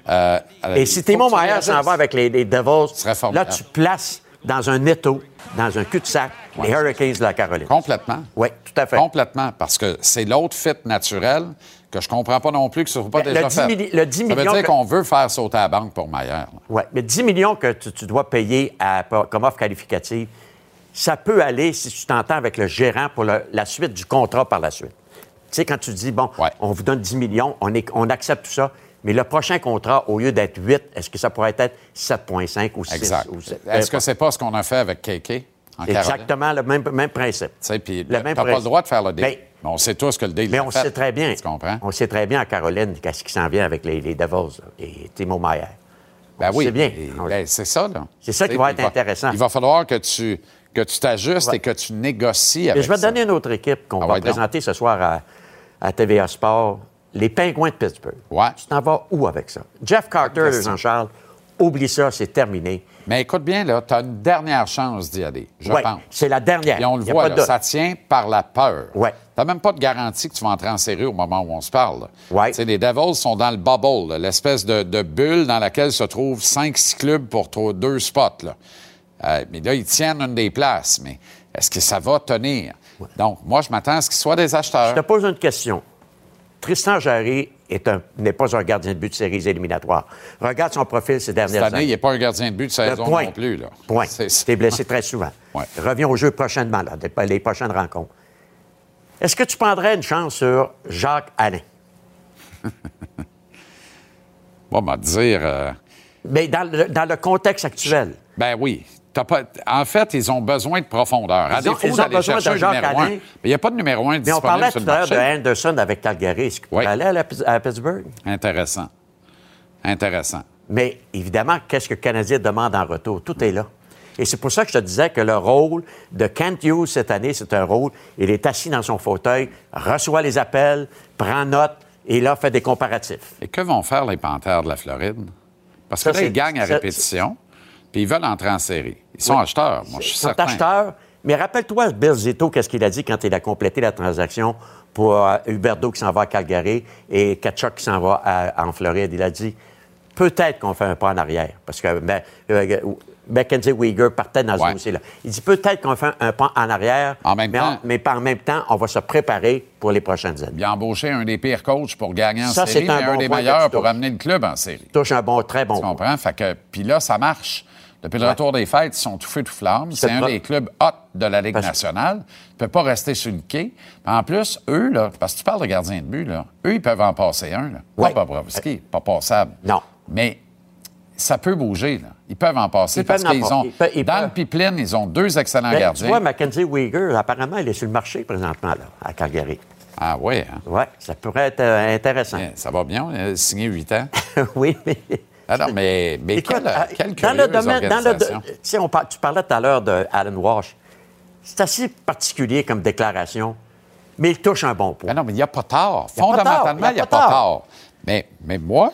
Et si Timo Meier s'en va avec les Devils, là, tu places dans un étau, dans un cul-de-sac, les Hurricanes de la Caroline. Complètement. Oui, tout à fait. Complètement, parce que c'est l'autre fit naturel que je comprends pas non plus que ce ne soit pas déjà fait. Le 10 ça veut dire qu'on veut faire sauter à la banque pour Meier. Oui, mais 10 millions que tu dois payer comme offre qualificative, ça peut aller, si tu t'entends avec le gérant, pour la suite du contrat par la suite. Tu sais, quand tu dis, bon, on vous donne 10 millions, on accepte tout ça, mais le prochain contrat, au lieu d'être 8, est-ce que ça pourrait être 7,5 ou 6? Exact. Est-ce que c'est pas ce qu'on a fait avec KK en Caroline? Exactement, le même principe. Tu sais, puis t'as pas le droit de faire le deal. Mais on sait tous que le deal est fait. Mais on sait très bien. Tu comprends? On sait très bien en Caroline qu'est-ce qui s'en vient avec les Devils et Timo Meier. Ben oui. C'est bien. Ben, c'est ça, là. C'est ça qui va être intéressant. Il va falloir que tu t'ajustes et que tu négocies avec je vais te donner une autre équipe qu'on va présenter ce soir à TVA Sport, les Pingouins de Pittsburgh. Ouais. Tu t'en vas où avec ça? Jeff Carter, Jean-Charles, oublie ça, c'est terminé. Mais écoute bien, là, tu as une dernière chance d'y aller, je pense. C'est la dernière. Et on le voit, là, ça tient par la peur. Ouais. Tu n'as même pas de garantie que tu vas entrer en série au moment où on se parle. Ouais. Tu sais, les Devils sont dans le bubble, là, l'espèce de bulle dans laquelle se trouvent 5-6 clubs pour 2 spots. Là. Mais là, ils tiennent une des places. Mais est-ce que ça va tenir? Ouais. Donc, moi, je m'attends à ce qu'ils soient des acheteurs. Je te pose une question. Tristan Jarry n'est pas un gardien de but de séries éliminatoires. Regarde son profil ces dernières années. Cette année, il n'est pas un gardien de but de saison non plus. Là. Point. Tu es blessé très souvent. Ouais. Reviens au jeu prochainement, là, les prochaines rencontres. Est-ce que tu prendrais une chance sur Jacques Alain? On va te dire... Mais dans le contexte actuel. Ben oui. En fait, ils ont besoin de profondeur. À défaut d'aller chercher un numéro 1. Mais il n'y a pas de numéro 1 disponible. Mais on parlait tout à l'heure de Anderson avec Calgary. Est-ce qu'il pourrait aller à Pittsburgh? Intéressant. Mais évidemment, qu'est-ce que le Canadien demande en retour? Tout est là. Et c'est pour ça que je te disais que le rôle de Kent Hughes cette année, c'est un rôle. Il est assis dans son fauteuil, reçoit les appels, prend note et là, fait des comparatifs. Et que vont faire les Panthères de la Floride? Parce que là, ils gagnent à répétition, puis ils veulent entrer en série. Ils sont acheteurs, moi, je suis certain. Ils sont acheteurs, mais rappelle-toi, Bill Zito, qu'est-ce qu'il a dit quand il a complété la transaction pour Huberdeau qui s'en va à Calgary et Tkachuk qui s'en va en Floride. Il a dit, peut-être qu'on fait un pas en arrière, parce que Mackenzie Weegar partait dans ce dossier-là. Il dit, peut-être qu'on fait un pas en arrière, mais en même temps, on va se préparer pour les prochaines années. Il a embauché un des pires coachs pour gagner en série, mais un des meilleurs pour amener le club en série. Touche un très bon. Tu comprends? Puis là, ça marche. Depuis le retour des fêtes, ils sont tout feu, tout flamme. C'est un des clubs hot de la Ligue nationale. Ils ne peuvent pas rester sur le quai. En plus, eux, là, parce que tu parles de gardien de but, là, eux, ils peuvent en passer un. Là. Pas Bobrovski, pas passable. Non. Mais ça peut bouger. Là. Ils peuvent en passer parce qu'ils ont... Dans le pipeline, ils ont 2 excellents gardiens. Tu vois, Mackenzie Weegar, apparemment, il est sur le marché présentement, là, à Calgary. Ah oui, hein? Oui, ça pourrait être intéressant. Yeah, ça va bien, on a signé 8 ans. Oui, mais... Alors, mais écoute, quelle dans le domaine, organisation. Tu parlais tout à l'heure d'Alan Walsh. C'est assez particulier comme déclaration, mais il touche un bon point. Non, mais il n'y a pas tort. Fondamentalement, il n'y a pas tort. Mais moi,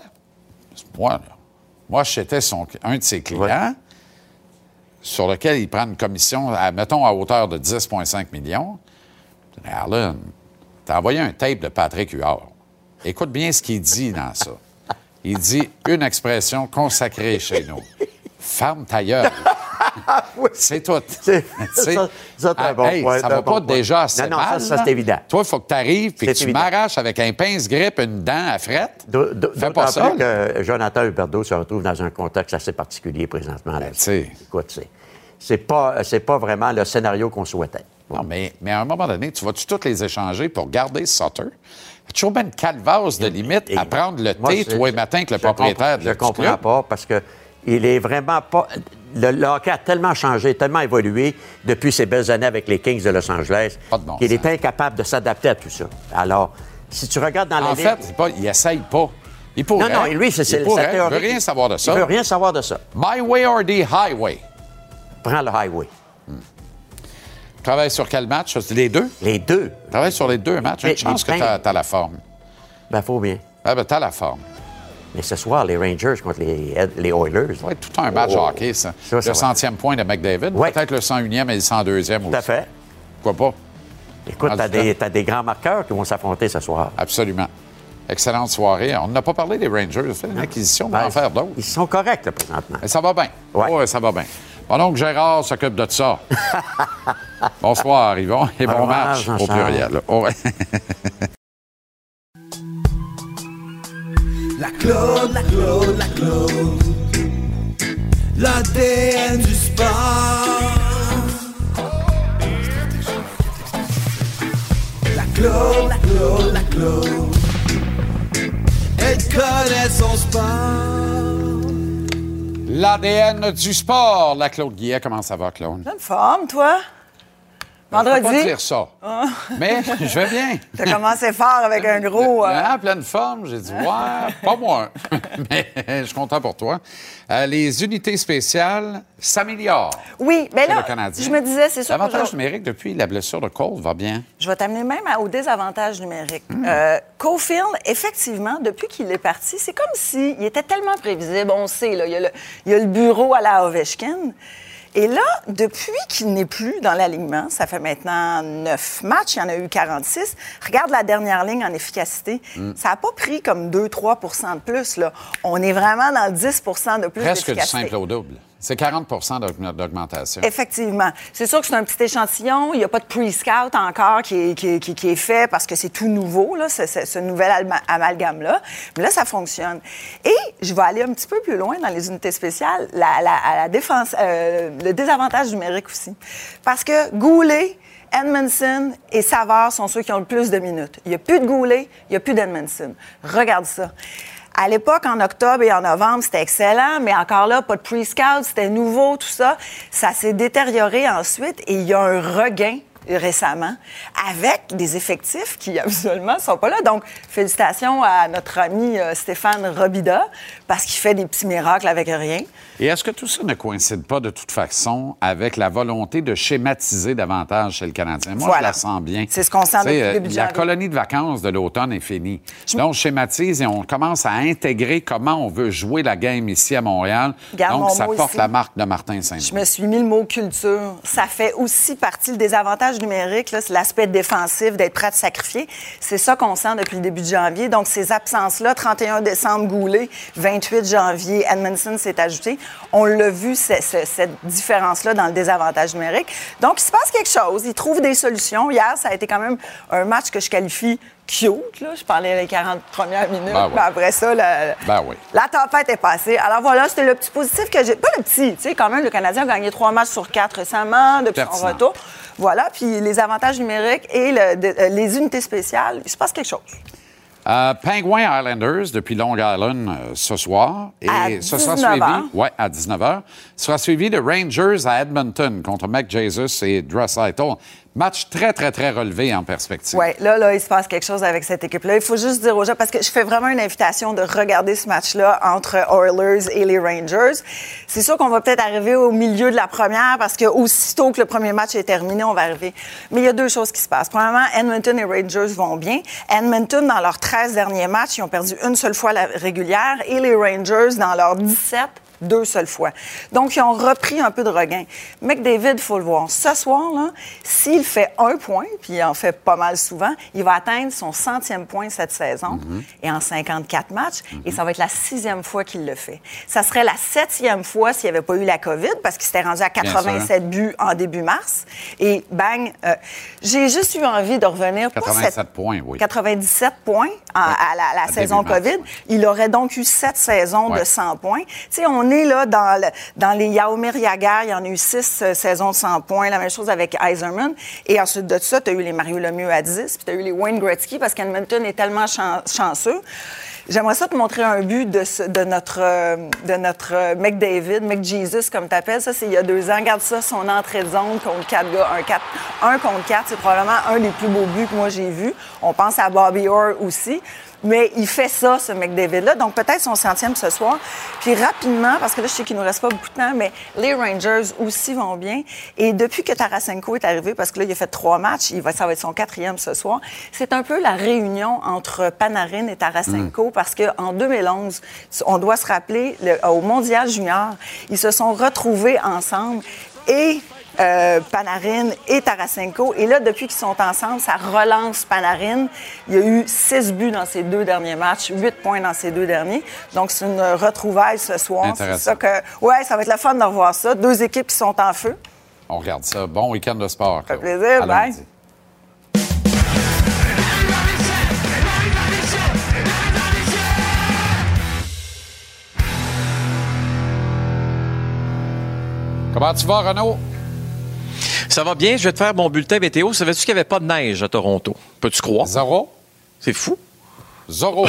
j'étais un de ses clients sur lequel il prend une commission, mettons, à hauteur de 10,5 millions. Alan, t'as envoyé un tape de Patrick Huard. Écoute bien ce qu'il dit dans ça. Il dit une expression consacrée chez nous. Ferme ta gueule. C'est tout. Ça, c'est un bon point. Ça va pas déjà assez mal. Non, ça, c'est évident. Toi, il faut que tu arrives et que tu m'arraches avec un pince-grippe une dent à frette. Fais pas ça. Que Jonathan Huberdeau se retrouve dans un contexte assez particulier présentement. Écoute, c'est pas vraiment le scénario qu'on souhaitait. Non, mais à un moment donné, tu vas-tu toutes les échanger pour garder Sutter? Il y a toujours bien une calvasse de limite à prendre le thé tous les matins que le propriétaire de Je comprends pas parce que il est vraiment pas... Le hockey a tellement changé, tellement évolué depuis ces belles années avec les Kings de Los Angeles qu'il est incapable de s'adapter à tout ça. Alors, si tu regardes dans la ligue... En fait, il essaye pas. Il pourrait. Non, lui, c'est sa théorie. Il veut rien savoir de ça. Il veut rien savoir de ça. My way or the highway? Prends le highway. Tu travailles sur quel match? Les deux? Les deux. Tu travailles sur les 2 matchs. Une chance que tu as la forme. Ben, faut bien. Tu as la forme. Mais ce soir, les Rangers contre les Oilers. Oui, tout un match hockey, ça. Le 100e point de McDavid. Ouais. Peut-être le 101e et le 102e aussi. Tout à fait. Pourquoi pas? Écoute, t'as des grands marqueurs qui vont s'affronter ce soir. Absolument. Excellente soirée. On n'a pas parlé des Rangers. On fait une acquisition, on va en faire d'autres. Ils sont corrects, là, présentement. Mais ça va bien. Oui, ça va bien. Bon, donc, Gérard s'occupe de ça. Bonsoir, Yvon, et bon match au pluriel. La Claude, l'ADN du sport. La Claude, elle connaît son sport. L'ADN du sport. La Claude Guillet, comment ça va, Claude? Bonne forme, toi? Vendredi. Je peux pas dire ça. Mais je vais bien. Tu as commencé fort avec un gros... En pleine forme, j'ai dit, ouais, pas moi. Mais je suis content pour toi. Les unités spéciales s'améliorent. Oui, bien là, le Canadien. je me disais, c'est sûr... L'avantage numérique depuis la blessure de Cole va bien. Je vais t'amener même au désavantage numérique. Caulfield, effectivement, depuis qu'il est parti, c'est comme s'il était tellement prévisible. On sait, là, il y a le bureau à la Ovechkin. Et là, depuis qu'il n'est plus dans l'alignement, ça fait maintenant 9 matchs, il y en a eu 46. Regarde la dernière ligne en efficacité. Ça n'a pas pris comme 2-3 de plus. Là. On est vraiment dans 10 de plus Presque d'efficacité. du simple au double. C'est 40 d'augmentation. Effectivement. C'est sûr que c'est un petit échantillon. Il n'y a pas de pre-scout encore qui est fait parce que c'est tout nouveau, là, ce nouvel amalgame-là. Mais là, ça fonctionne. Et je vais aller un petit peu plus loin dans les unités spéciales, la défense, le désavantage numérique aussi. Parce que Goulet, Edmondson et Savard sont ceux qui ont le plus de minutes. Il n'y a plus de Goulet, il n'y a plus d'Edmondson. Regarde ça. À l'époque, en octobre et en novembre, c'était excellent, mais encore là, pas de pre-scout, c'était nouveau, tout ça. Ça s'est détérioré ensuite et il y a un regain récemment avec des effectifs qui, absolument, ne sont pas là. Donc, félicitations à notre ami Stéphane Robida parce qu'il fait des petits miracles avec rien. Et est-ce que tout ça ne coïncide pas de toute façon avec la volonté de schématiser davantage chez le Canadien? Moi, je la sens bien. C'est ce qu'on sent depuis le début de La janvier. colonie de vacances de l'automne est finie. Là, on schématise et on commence à intégrer comment on veut jouer la game ici à Montréal. Garde Donc, mon ça mot porte ici. la marque de Martin Saint-Louis. Je me suis mis le mot culture. Ça fait aussi partie, le désavantage numérique, là, c'est l'aspect défensif, d'être prêt à te sacrifier. C'est ça qu'on sent depuis le début de janvier. Donc, ces absences-là, 31 décembre, Goulet, 28 janvier, Edmondson s'est ajouté. On l'a vu, cette différence-là dans le désavantage numérique. Donc, il se passe quelque chose. Ils trouvent des solutions. Hier, ça a été quand même un match que je qualifie cute, là. Je parlais les 40 premières minutes. Ben oui. Mais après ça, la tempête est passée. Alors voilà, c'était le petit positif que j'ai... Pas le petit, tu sais, quand même, le Canadien a gagné 3 matchs sur 4 récemment depuis son retour. Voilà, puis les avantages numériques et les unités spéciales, il se passe quelque chose. Penguins Islanders depuis Long Island ce soir. Et à ce sera 19 suivi, heures. ouais, à 19h. Ce sera suivi de Rangers à Edmonton contre McJesus et Draisaitl. Match très, très, très relevé en perspective. Oui, là, il se passe quelque chose avec cette équipe-là. Il faut juste dire aux gens, parce que je fais vraiment une invitation de regarder ce match-là entre Oilers et les Rangers. C'est sûr qu'on va peut-être arriver au milieu de la première, parce que aussitôt que le premier match est terminé, on va arriver. Mais il y a 2 choses qui se passent. Premièrement, Edmonton et Rangers vont bien. Edmonton, dans leurs 13 derniers matchs, ils ont perdu une seule fois la régulière, et les Rangers, dans leurs 17, 2 seules fois. Donc, ils ont repris un peu de regain. McDavid, il faut le voir. Ce soir, là, s'il fait 1 point, puis il en fait pas mal souvent, il va atteindre son 100e point cette saison, et en 54 matchs, et ça va être la 6e fois qu'il le fait. Ça serait la 7e fois s'il n'y avait pas eu la COVID, parce qu'il s'était rendu à 87 buts en début mars, et bang, j'ai juste eu envie de revenir... 87 points, oui. 97 points à la saison COVID. Il aurait donc eu 7 saisons de 100 points. Tu sais, on est là dans les Jaromir Jagr, il y en a eu 6 saisons de 100 points. La même chose avec Yzerman. Et ensuite de ça, tu as eu les Mario Lemieux à 10, puis tu as eu les Wayne Gretzky, parce qu'Edmonton est tellement chanceux. J'aimerais ça te montrer un but de notre McDavid, McJesus, comme tu appelles. Ça, c'est il y a 2 ans. Regarde ça, son entrée de zone contre 4 gars. 1 contre 4, c'est probablement un des plus beaux buts que moi j'ai vus. On pense à Bobby Orr aussi. Mais il fait ça, ce McDavid-là. Donc, peut-être son 100e ce soir. Puis, rapidement, parce que là, je sais qu'il nous reste pas beaucoup de temps, mais les Rangers aussi vont bien. Et depuis que Tarasenko est arrivé, parce que là, il a fait 3 matchs, ça va être son 4e ce soir, c'est un peu la réunion entre Panarin et Tarasenko, parce qu'en 2011, on doit se rappeler, au Mondial Junior, ils se sont retrouvés ensemble et... Panarin et Tarasenko. Et là, depuis qu'ils sont ensemble, ça relance Panarin. Il y a eu 6 buts dans ses 2 derniers matchs, 8 points dans ses 2 derniers. Donc, c'est une retrouvaille ce soir. C'est ça que... Ouais, ça va être le fun de revoir ça. 2 équipes qui sont en feu. On regarde ça. Bon week-end de sport. Ça fait plaisir. Bye. Comment tu vas, Renaud? Ça va bien, je vais te faire mon bulletin météo. Savais-tu qu'il n'y avait pas de neige à Toronto? Peux-tu croire? Zéro? C'est fou. Zéro.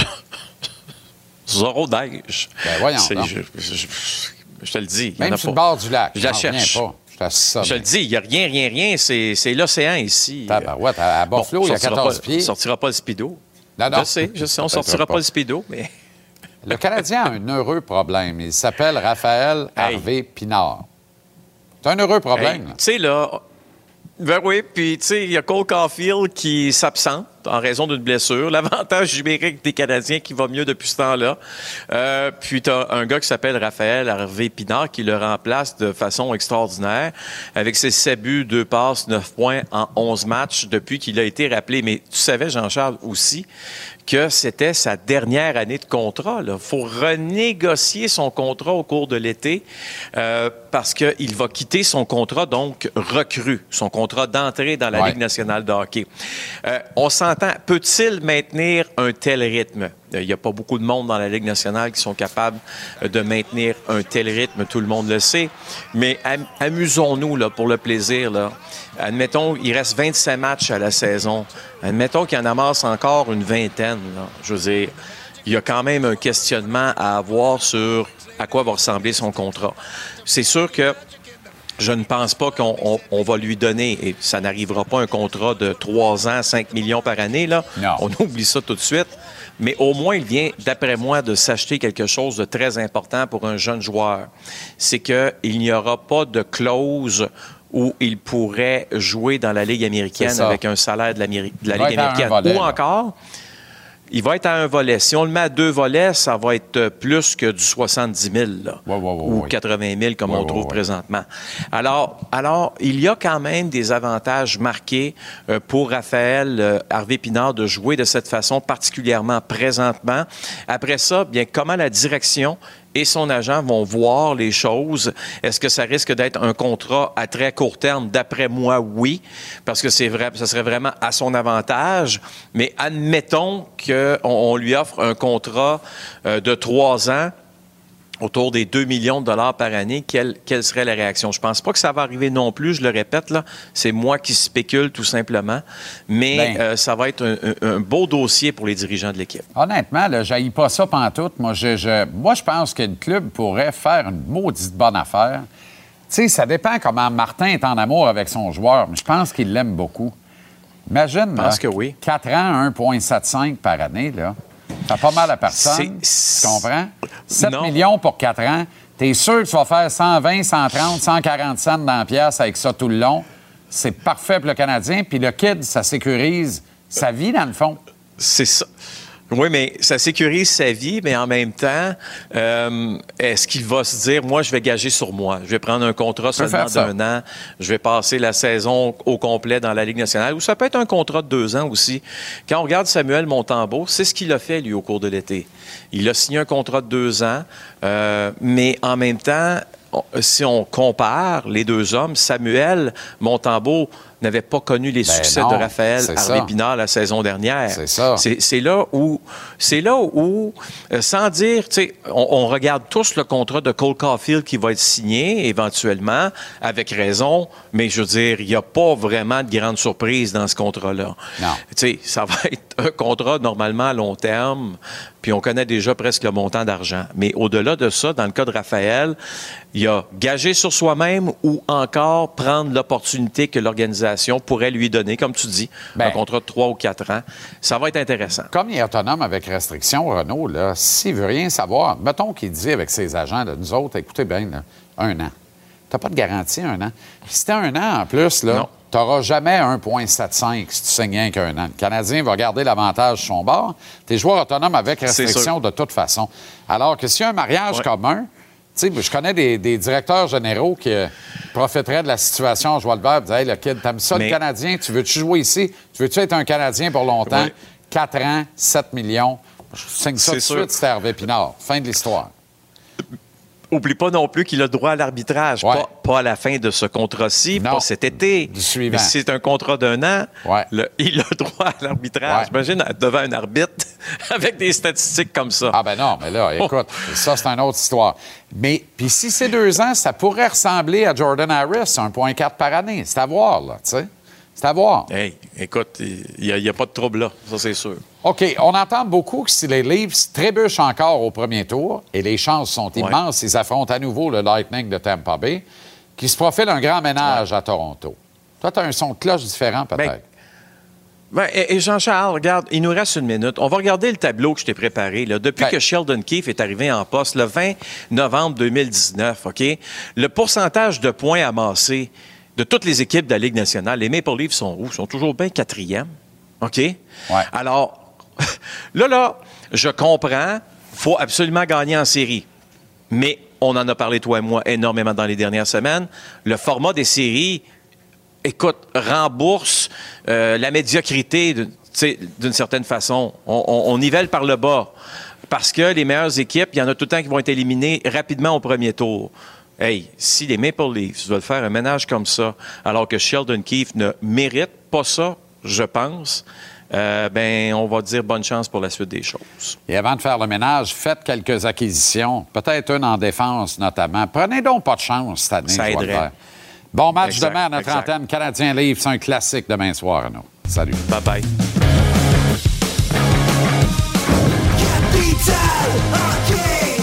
Zéro neige. Ben voyons donc. Je te le dis. Même sur le bord du lac. Je la cherche. Je le dis, il n'y a rien. C'est l'océan ici. Tabarouette, à Buffalo, il y a 14 pieds. On ne sortira pas le speedo. Non. Je sais, on ne sortira pas le speedo, mais... Le Canadien a un heureux problème. Il s'appelle Raphaël Harvey Pinard. C'est un heureux problème. Tu sais, là... Ben oui, puis tu sais, il y a Cole Caulfield qui s'absente en raison d'une blessure. L'avantage numérique des Canadiens qui va mieux depuis ce temps-là. Puis tu as un gars qui s'appelle Raphaël Harvey Pinard qui le remplace de façon extraordinaire avec ses 7 buts, 2 passes, 9 points en 11 matchs depuis qu'il a été rappelé. Mais tu savais, Jean-Charles, aussi que c'était sa dernière année de contrat. Il faut renégocier son contrat au cours de l'été parce qu'il va quitter son contrat, donc recrue, son contrat d'entrée dans la Ligue nationale de hockey. On s'entend, peut-il maintenir un tel rythme? Il n'y a pas beaucoup de monde dans la Ligue nationale qui sont capables de maintenir un tel rythme, tout le monde le sait. Mais amusons-nous là, pour le plaisir. Là. Admettons, il reste 27 matchs à la saison. Admettons qu'il en amasse encore une vingtaine. Là. Je veux dire, il y a quand même un questionnement à avoir sur à quoi va ressembler son contrat. C'est sûr que je ne pense pas qu'on va lui donner, et ça n'arrivera pas, un contrat de 3 ans, 5 millions par année. Là. Non. On oublie ça tout de suite. Mais au moins, il vient, d'après moi, de s'acheter quelque chose de très important pour un jeune joueur. C'est qu'il n'y aura pas de clause où il pourrait jouer dans la Ligue américaine avec un salaire de la Ligue américaine. Ou encore, il va être à un volet. Si on le met à 2 volets, ça va être plus que du 70 000 là, ou 80 000 comme on trouve présentement. Alors, il y a quand même des avantages marqués pour Raphaël Harvey Pinard de jouer de cette façon, particulièrement présentement. Après ça, bien, comment la direction et son agent vont voir les choses. Est-ce que ça risque d'être un contrat à très court terme? D'après moi, oui, parce que c'est vrai, ça serait vraiment à son avantage. Mais admettons qu'on lui offre un contrat de 3 ans autour des 2 millions de dollars par année, quelle serait la réaction? Je pense pas que ça va arriver non plus, je le répète, là. C'est moi qui spécule tout simplement. Mais ça va être un beau dossier pour les dirigeants de l'équipe. Honnêtement, je n'haïs pas ça pantoute. Moi, je pense que le club pourrait faire une maudite bonne affaire. Tu sais, ça dépend comment Martin est en amour avec son joueur, mais je pense qu'il l'aime beaucoup. Imagine, je pense que oui. 4 ans, 1,75 par année, là. Ça fait pas mal à personne. Tu comprends? 7 millions pour 4 ans. T'es sûr que tu vas faire 120, 130, 140 cents dans la pièce avec ça tout le long. C'est parfait pour le Canadien. Puis le kid, ça sécurise sa vie, dans le fond. C'est ça. Oui, mais ça sécurise sa vie, mais en même temps, est-ce qu'il va se dire, moi, je vais gager sur moi. Je vais prendre un contrat seulement d'1 an. Je vais passer la saison au complet dans la Ligue nationale. Ou ça peut être un contrat de 2 ans aussi. Quand on regarde Samuel Montembeault, c'est ce qu'il a fait, lui, au cours de l'été. Il a signé un contrat de 2 ans, mais en même temps, si on compare les 2 hommes, Samuel Montembeault n'avait pas connu les succès de Raphaël Harvey Pinard la saison dernière. C'est ça. C'est là où, sans dire, tu sais, on regarde tous le contrat de Cole Caulfield qui va être signé éventuellement, avec raison, mais je veux dire, il n'y a pas vraiment de grande surprise dans ce contrat-là. Non. Tu sais, ça va être un contrat normalement à long terme, puis on connaît déjà presque le montant d'argent. Mais au-delà de ça, dans le cas de Raphaël, il y a gager sur soi-même ou encore prendre l'opportunité que l'organisation pourrait lui donner, comme tu dis, un contrat de 3 ou 4 ans. Ça va être intéressant. Comme il est autonome avec restriction, Renaud, là, s'il veut rien savoir, mettons qu'il dit avec ses agents, là, nous autres, écoutez bien, là, 1 an. Tu n'as pas de garantie 1 an. Puis si tu as 1 an en plus, là, tu n'auras jamais 1,75 si tu signes rien qu'1 an. Le Canadien va garder l'avantage sur son bord. Tu es joueur autonome avec restriction de toute façon. Alors que s'il y a un mariage commun, tu sais, je connais des directeurs généraux qui profiteraient de la situation. Je vois le verbe, hey, le kid, t'aimes ça, le Canadien? Tu veux-tu jouer ici? Tu veux-tu être un Canadien pour longtemps? 4 ans, 7 millions. Je signe ça tout de suite, c'était Harvey Pinard. Fin de l'histoire. Oublie pas non plus qu'il a droit à l'arbitrage, pas à la fin de ce contrat-ci, pas cet été. Du suivant. Mais si c'est un contrat d'1 an, il a droit à l'arbitrage. Imagine devant un arbitre avec des statistiques comme ça. Ah ben non, mais là, écoute, ça, c'est une autre histoire. Mais, puis si c'est 2 ans, ça pourrait ressembler à Jordan Harris, 1,4 par année. C'est à voir, là, tu sais. C'est à voir. Hey, écoute, il n'y a pas de trouble là, ça c'est sûr. OK, on entend beaucoup que si les Leafs trébuchent encore au premier tour, et les chances sont immenses, ils affrontent à nouveau le Lightning de Tampa Bay, qu'il se profile un grand ménage à Toronto. Toi, tu as un son de cloche différent, peut-être. Et Jean-Charles, regarde, il nous reste une minute. On va regarder le tableau que je t'ai préparé. Là. Depuis que Sheldon Keefe est arrivé en poste le 20 novembre 2019, OK? Le pourcentage de points amassés de toutes les équipes de la Ligue nationale, les Maple Leafs sont où? Ils sont toujours bien 4e. OK? Ouais. Alors, là, je comprends, il faut absolument gagner en série. Mais on en a parlé, toi et moi, énormément dans les dernières semaines. Le format des séries, écoute, rembourse la médiocrité d'une certaine façon. On nivelle par le bas. Parce que les meilleures équipes, il y en a tout le temps qui vont être éliminées rapidement au premier tour. Hey, si les Maple Leafs veulent faire un ménage comme ça, alors que Sheldon Keefe ne mérite pas ça, je pense, on va dire bonne chance pour la suite des choses. Et avant de faire le ménage, faites quelques acquisitions, peut-être une en défense notamment. Prenez donc pas de chance cette année. Ça aiderait. Bon match demain à notre antenne. Canadien Leafs, c'est un classique demain soir, Arnaud. Salut. Bye-bye. Capital Hockey.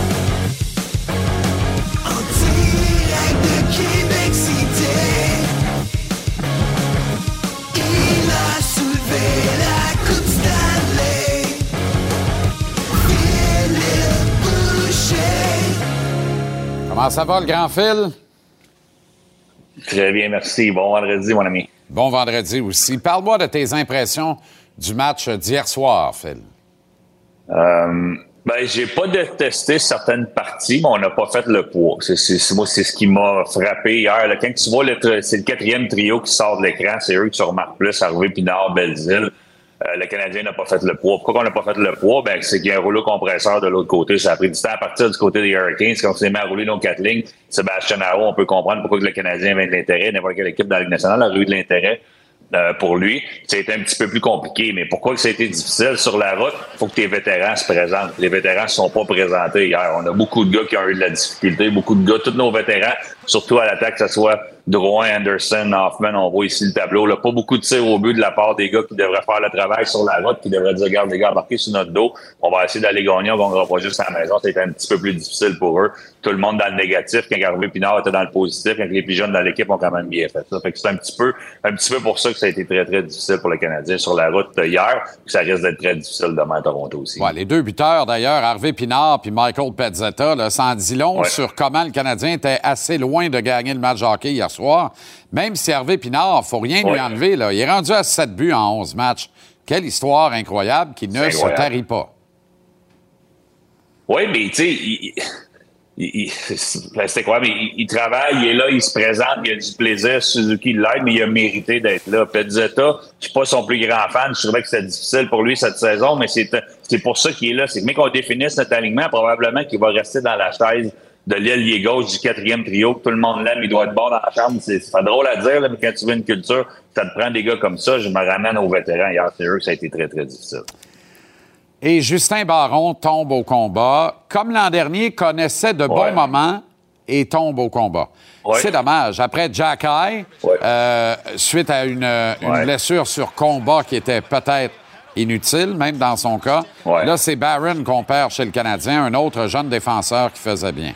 En direct de Québec City. Il a soulevé la Coupe Stanley. Philippe Boucher. Comment ça va, le grand Phil? Très bien, merci. Bon vendredi, mon ami. Bon vendredi aussi. Parle-moi de tes impressions du match d'hier soir, Phil. J'ai pas détesté certaines parties, mais on n'a pas fait le poids. Moi, c'est ce qui m'a frappé hier. Là. Quand tu vois, c'est le 4e trio qui sort de l'écran, c'est eux que tu remarques plus, Harvey Pinard, Belzile. Le Canadien n'a pas fait le poids. Pourquoi on n'a pas fait le poids? C'est qu'il y a un rouleau compresseur de l'autre côté. Ça a pris du temps à partir du côté des Hurricanes. Quand on s'est mis à rouler nos 4 lignes, Sébastien Aho, on peut comprendre pourquoi le Canadien avait de l'intérêt. N'importe quelle équipe dans la Ligue nationale a eu de l'intérêt pour lui. Ça a été un petit peu plus compliqué. Mais pourquoi ça a été difficile? Sur la route, il faut que tes vétérans se présentent. Les vétérans ne se sont pas présentés hier. On a beaucoup de gars qui ont eu de la difficulté. Beaucoup de gars, tous nos vétérans, surtout à l'attaque, que ce soit Drouin, Anderson, Hoffman, on voit ici le tableau. Là, pas beaucoup de tirs au but de la part des gars qui devraient faire le travail sur la route, qui devraient dire, regarde, les gars, embarquez sur notre dos. On va essayer d'aller gagner, on gagnera pas juste à la maison. C'était un petit peu plus difficile pour eux. Tout le monde dans le négatif, quand Harvey Pinard était dans le positif, quand les plus jeunes dans l'équipe ont quand même bien fait ça. Fait que c'est un petit peu pour ça que ça a été très, très difficile pour les Canadiens sur la route hier. Puis ça risque d'être très difficile demain à Toronto aussi. Ouais, les deux buteurs, d'ailleurs, Harvey Pinard puis Michael Pezzetta, là, ça en dit long sur comment le Canadien était assez loin de gagner le match de hockey hier soir. Même si Harvey Pinard, il ne faut rien lui enlever, là. Il est rendu à 7 buts en 11 matchs. Quelle histoire incroyable qui ne se tarit pas. Oui, mais tu sais, c'est quoi? Mais il travaille, il est là, il se présente, il a du plaisir. Suzuki l'aide, mais il a mérité d'être là. Pezzetta, je suis pas son plus grand fan. Je trouvais que c'était difficile pour lui cette saison, mais c'est pour ça qu'il est là. C'est que, mais qu'on définisse notre alignement, probablement qu'il va rester dans la chaise de l'ailier gauche du 4e trio, que tout le monde l'aime, il doit être bon dans la chambre. C'est pas drôle à dire, là, mais quand tu veux une culture, ça te prend des gars comme ça. Je me ramène aux vétérans. Hier, c'est eux que ça a été très, très difficile. Et Justin Barron tombe au combat. Comme l'an dernier, connaissait de bons moments et tombe au combat. C'est dommage. Après Jack Eye, suite à une blessure sur combat qui était peut-être inutile, même dans son cas, là, c'est Barron qu'on perd chez le Canadien, un autre jeune défenseur qui faisait bien.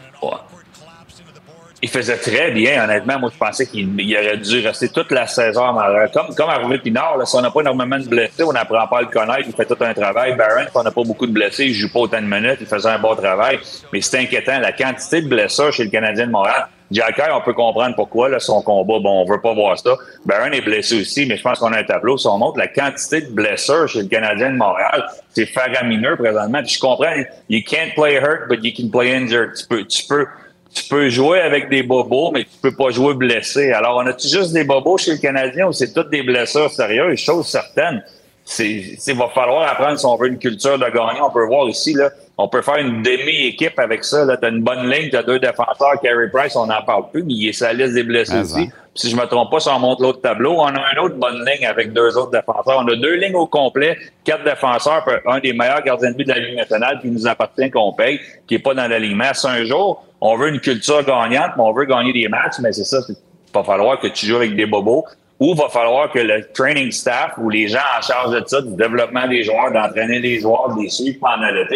Il faisait très bien, honnêtement. Moi, je pensais qu'il aurait dû rester toute la saison en arrière. Comme Harvey Pinard, là, si on n'a pas énormément de blessés, on n'apprend pas à le connaître, il fait tout un travail. Barron, si on n'a pas beaucoup de blessés, il ne joue pas autant de minutes, il faisait un bon travail. Mais c'est inquiétant, la quantité de blessures chez le Canadien de Montréal. Jack Eye, on peut comprendre pourquoi, là, son combat, on veut pas voir ça. Barron est blessé aussi, mais je pense qu'on a un tableau. Si on montre la quantité de blessures chez le Canadien de Montréal, c'est faramineux présentement. Puis je comprends, you can't play hurt, but you can play injured. Tu peux jouer avec des bobos, mais tu peux pas jouer blessé. Alors, on a-tu juste des bobos chez le Canadien ou c'est toutes des blessures sérieuses? Chose certaine, va falloir apprendre si on veut une culture de gagnant. On peut voir ici, là, on peut faire une demi-équipe avec ça. Là, t'as une bonne ligne, t'as 2 défenseurs. Carey Price, on n'en parle plus, mais il est sur la liste des blessés aussi. Si je me trompe pas, si on montre l'autre tableau, on a une autre bonne ligne avec 2 autres défenseurs. On a 2 lignes au complet, 4 défenseurs, un des meilleurs gardiens de but de la Ligue nationale qui nous appartient, qu'on paye, qui est pas dans l'alignement. Si un jour, on veut une culture gagnante, mais on veut gagner des matchs, mais c'est ça, il va falloir que tu joues avec des bobos, ou il va falloir que le training staff ou les gens en charge de ça, du développement des joueurs, d'entraîner les joueurs, de les suivre pendant l'été,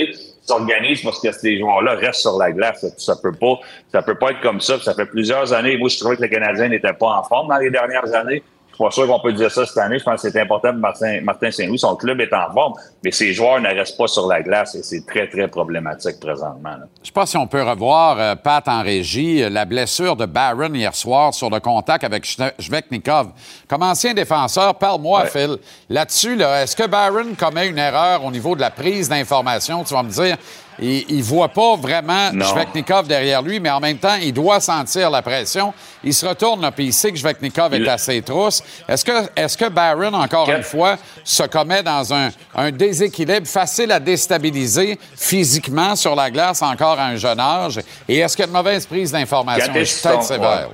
s'organisent parce que ces joueurs-là restent sur la glace. Ça peut pas être comme ça. Ça fait plusieurs années. Moi, je trouvais que le Canadien n'était pas en forme dans les dernières années. Je suis pas sûr qu'on peut dire ça cette année. Je pense que c'est important pour Martin Saint-Louis. Son club est en forme, mais ses joueurs ne restent pas sur la glace et c'est très, très problématique présentement. Là. Je ne sais pas si on peut revoir, Pat, en régie, la blessure de Barron hier soir sur le contact avec Svechnikov. Comme ancien défenseur, parle-moi, Phil. Là-dessus, est-ce que Barron commet une erreur au niveau de la prise d'information? Tu vas me dire, il ne voit pas vraiment Svechnikov derrière lui, mais en même temps, il doit sentir la pression. Il se retourne, puis il sait que Svechnikov est à ses trousses. Est-ce que Barron, encore une fois, se commet dans un déséquilibre facile à déstabiliser physiquement sur la glace encore à un jeune âge? Et est-ce qu'il y a une mauvaise prise d'information? Je suis peut-être sévère.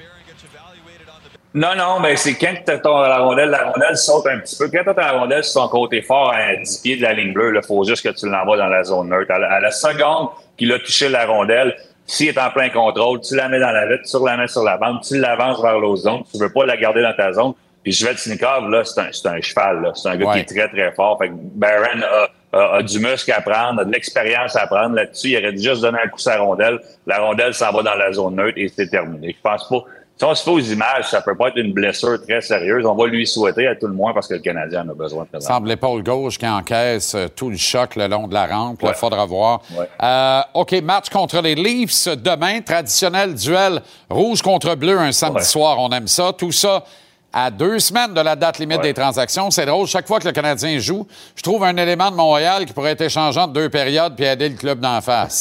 Non, mais c'est quand tu as la rondelle saute un petit peu. Quand tu as la rondelle sur son côté fort à 10 pieds de la ligne bleue, il faut juste que tu l'envoies dans la zone neutre. À la seconde qu'il a touché la rondelle, s'il est en plein contrôle, tu la mets dans la vitre, tu la mets sur la bande, tu l'avances vers l'autre zone. Tu veux pas la garder dans ta zone. Puis Svechnikov, là, c'est un cheval. Là. C'est un gars qui est très, très fort. Fait que Barron a du muscle à prendre, a de l'expérience à prendre là-dessus. Il aurait juste donné un coup sur la rondelle. La rondelle s'en va dans la zone neutre et c'est terminé. Je pense pas. Si on se fait aux images, ça peut pas être une blessure très sérieuse. On va lui souhaiter à tout le moins parce que le Canadien en a besoin. Il semble l'épaule gauche qui encaisse tout le choc le long de la rampe. Il faudra voir. OK, match contre les Leafs demain. Traditionnel duel rouge contre bleu un samedi soir. On aime ça. Tout ça à 2 semaines de la date limite des transactions. C'est drôle. Chaque fois que le Canadien joue, je trouve un élément de Montréal qui pourrait être échangeant de 2 périodes puis aider le club d'en face.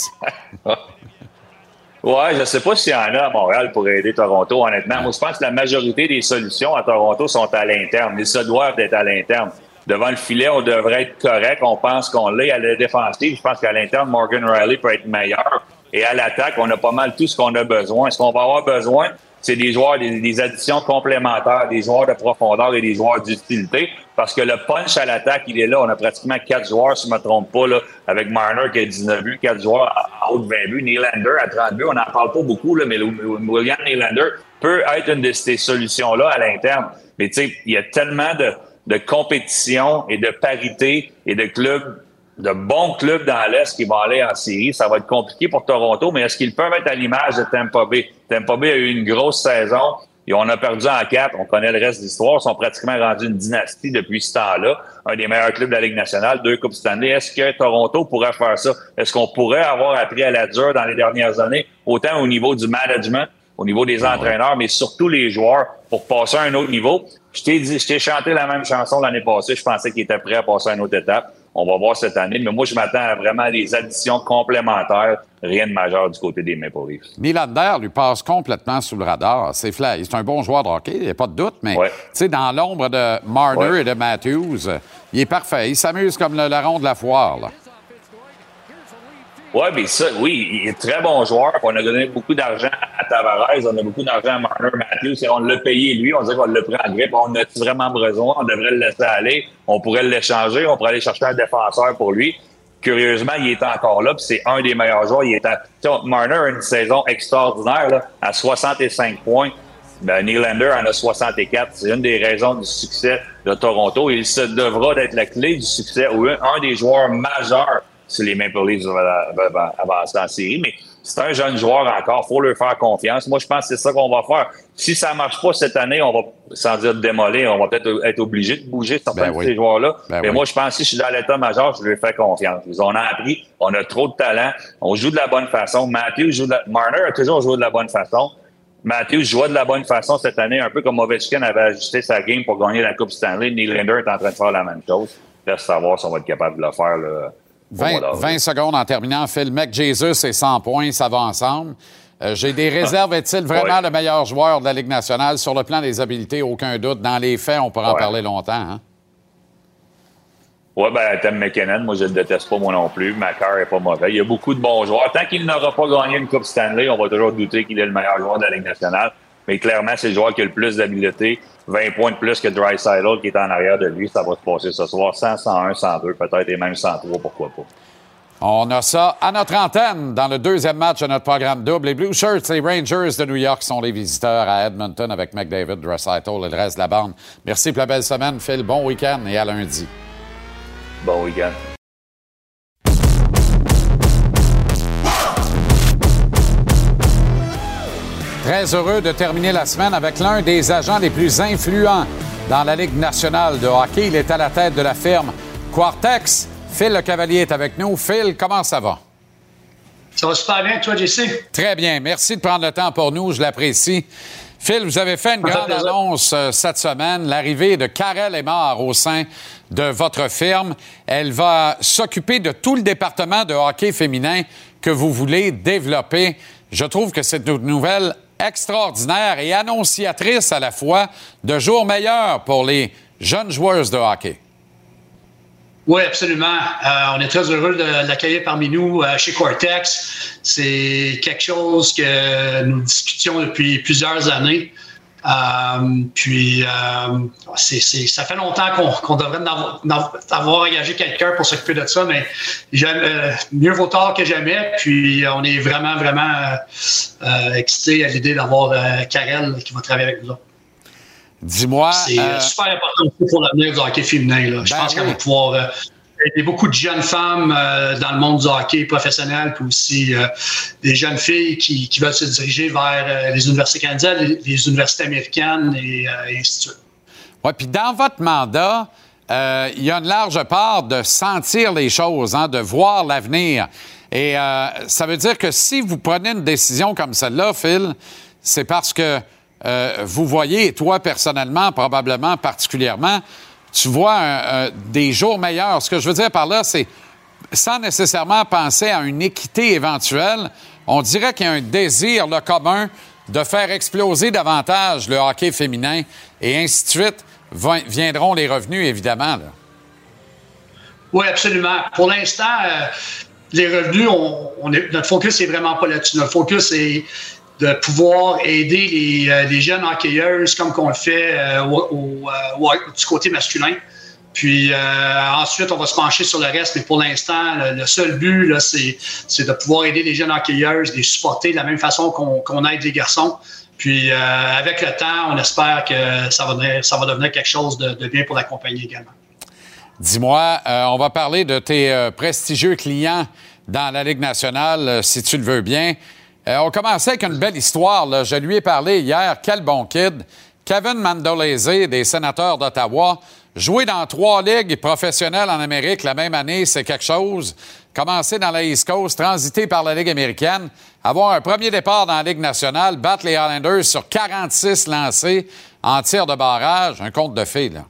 Ouais, je sais pas s'il y en a à Montréal pour aider Toronto, honnêtement. Moi, je pense que la majorité des solutions à Toronto sont à l'interne. Ils se doivent d'être à l'interne. Devant le filet, on devrait être correct. On pense qu'on l'est. À la défensive, je pense qu'à l'interne, Morgan Riley peut être meilleur. Et à l'attaque, on a pas mal tout ce qu'on a besoin. Ce qu'on va avoir besoin, c'est des joueurs, des additions complémentaires, des joueurs de profondeur et des joueurs d'utilité. Parce que le punch à l'attaque, il est là. On a pratiquement 4 joueurs, si je ne me trompe pas, là, avec Marner qui a 19 buts, 4 joueurs à haut de 20 buts. Nylander à 30 buts. On n'en parle pas beaucoup, là, mais William Nylander peut être une de ces solutions-là à l'interne. Mais tu sais, il y a tellement de compétition et de parité et de clubs, de bons clubs dans l'Est qui vont aller en série. Ça va être compliqué pour Toronto, mais est-ce qu'ils peuvent être à l'image de Tampa Bay? Tampa Bay a eu une grosse saison et on a perdu en 4. On connaît le reste de l'histoire. Ils sont pratiquement rendus une dynastie depuis ce temps-là. Un des meilleurs clubs de la Ligue nationale, 2 Coupes Stanley. Est-ce que Toronto pourrait faire ça? Est-ce qu'on pourrait avoir appris à la dure dans les dernières années, autant au niveau du management, au niveau des entraîneurs, mais surtout les joueurs, pour passer à un autre niveau? Je t'ai chanté la même chanson l'année passée. Je pensais qu'il était prêt à passer à une autre étape. On va voir cette année. Mais moi, je m'attends à vraiment des additions complémentaires. Rien de majeur du côté des Maple Leafs. Nylander lui passe complètement sous le radar. C'est un bon joueur de hockey, il n'y a pas de doute, mais dans l'ombre de Marner et de Matthews, il est parfait. Il s'amuse comme le larron de la foire. Là. Oui, il est très bon joueur. On a donné beaucoup d'argent à Tavares, on a beaucoup d'argent à Marner, Matthews. On l'a payé, lui. On dirait qu'on l'a pris en grippe. On a-tu vraiment besoin? On devrait le laisser aller. On pourrait l'échanger. On pourrait aller chercher un défenseur pour lui. Curieusement, il est encore là. Puis c'est un des meilleurs joueurs. Marner a une saison extraordinaire là, à 65 points. Nylander en a 64. C'est une des raisons du succès de Toronto. Il se devra d'être la clé du succès ou un des joueurs majeurs si les Maple Leafs veulent avancer en série. Mais c'est un jeune joueur encore. Il faut leur faire confiance. Moi, je pense que c'est ça qu'on va faire. Si ça ne marche pas cette année, on va, sans dire démolir, on va peut-être être obligé de bouger certains de ces joueurs-là. Mais moi, je pense que si je suis dans l'état-major, je leur fais confiance. On a appris. On a trop de talent. On joue de la bonne façon. Marner a toujours joué de la bonne façon. Matthews jouait de la bonne façon cette année, un peu comme Ovechkin avait ajusté sa game pour gagner la Coupe Stanley. Nylander est en train de faire la même chose. Laisse savoir si on va être capable de le faire. Là, 20 secondes en terminant. Phil, Jesus et 100 points, ça va ensemble. J'ai des réserves. Est-il vraiment le meilleur joueur de la Ligue nationale? Sur le plan des habiletés, aucun doute. Dans les faits, on pourra en parler longtemps. Hein? Oui, Tim McKinnon, moi, je ne le déteste pas, moi non plus. Makar n'est pas mauvais. Il y a beaucoup de bons joueurs. Tant qu'il n'aura pas gagné une Coupe Stanley, on va toujours douter qu'il est le meilleur joueur de la Ligue nationale. Mais clairement, c'est le joueur qui a le plus d'habileté. 20 points de plus que Draisaitl qui est en arrière de lui. Ça va se passer ce soir. 100, 101, 102, peut-être, et même 103, pourquoi pas. On a ça à notre antenne dans le deuxième match de notre programme double. Les Blue Shirts, les Rangers de New York sont les visiteurs à Edmonton avec McDavid, Draisaitl et le reste de la bande. Merci pour la belle semaine, Phil. Bon week-end et à lundi. Bon week-end. Très heureux de terminer la semaine avec l'un des agents les plus influents dans la Ligue nationale de hockey. Il est à la tête de la firme Quartex. Phil Lecavalier est avec nous. Phil, comment ça va? Ça va super bien, toi, JC? Très bien. Merci de prendre le temps pour nous. Je l'apprécie. Phil, vous avez fait une grande annonce cette semaine, l'arrivée de Karel Emard au sein de votre firme. Elle va s'occuper de tout le département de hockey féminin que vous voulez développer. Je trouve que c'est une nouvelle extraordinaire et annonciatrice à la fois de jours meilleurs pour les jeunes joueuses de hockey. Oui, absolument. On est très heureux de l'accueillir parmi nous chez Quartex. C'est quelque chose que nous discutions depuis plusieurs années. Ça fait longtemps qu'on devrait avoir engagé quelqu'un pour s'occuper de ça, mais mieux vaut tard que jamais. Puis on est vraiment, vraiment excités à l'idée d'avoir Karel qui va travailler avec nous autres. Dis-moi. C'est super important pour l'avenir du hockey féminin. Là. Je pense qu'elle va pouvoir aider beaucoup de jeunes femmes dans le monde du hockey professionnel, puis aussi des jeunes filles qui veulent se diriger vers les universités canadiennes, les universités américaines et ainsi de suite. Oui, puis dans votre mandat, il y a une large part de sentir les choses, de voir l'avenir. Et ça veut dire que si vous prenez une décision comme celle-là, Phil, c'est parce que vous voyez, et toi personnellement, probablement particulièrement, tu vois des jours meilleurs. Ce que je veux dire par là, c'est sans nécessairement penser à une équité éventuelle, on dirait qu'il y a un désir commun de faire exploser davantage le hockey féminin et ainsi de suite. Viendront les revenus, évidemment. Là. Oui, absolument. Pour l'instant, les revenus, notre focus n'est vraiment pas là-dessus. Notre focus est de pouvoir aider les jeunes hockeyeuses comme qu'on le fait du côté masculin. Puis ensuite, on va se pencher sur le reste. Mais pour l'instant, le seul but, là, c'est de pouvoir aider les jeunes hockeyeuses, les supporter de la même façon qu'on aide les garçons. Puis avec le temps, on espère que ça va devenir quelque chose de bien pour la compagnie également. Dis-moi, on va parler de tes prestigieux clients dans la Ligue nationale, si tu le veux bien. On commençait avec une belle histoire. Là. Je lui ai parlé hier. Quel bon kid. Kevin Mandolese des Sénateurs d'Ottawa. Jouer dans 3 ligues professionnelles en Amérique la même année, c'est quelque chose. Commencer dans la East Coast, transiter par la Ligue américaine, avoir un premier départ dans la Ligue nationale, battre les Islanders sur 46 lancés en tir de barrage. Un conte de fées, là.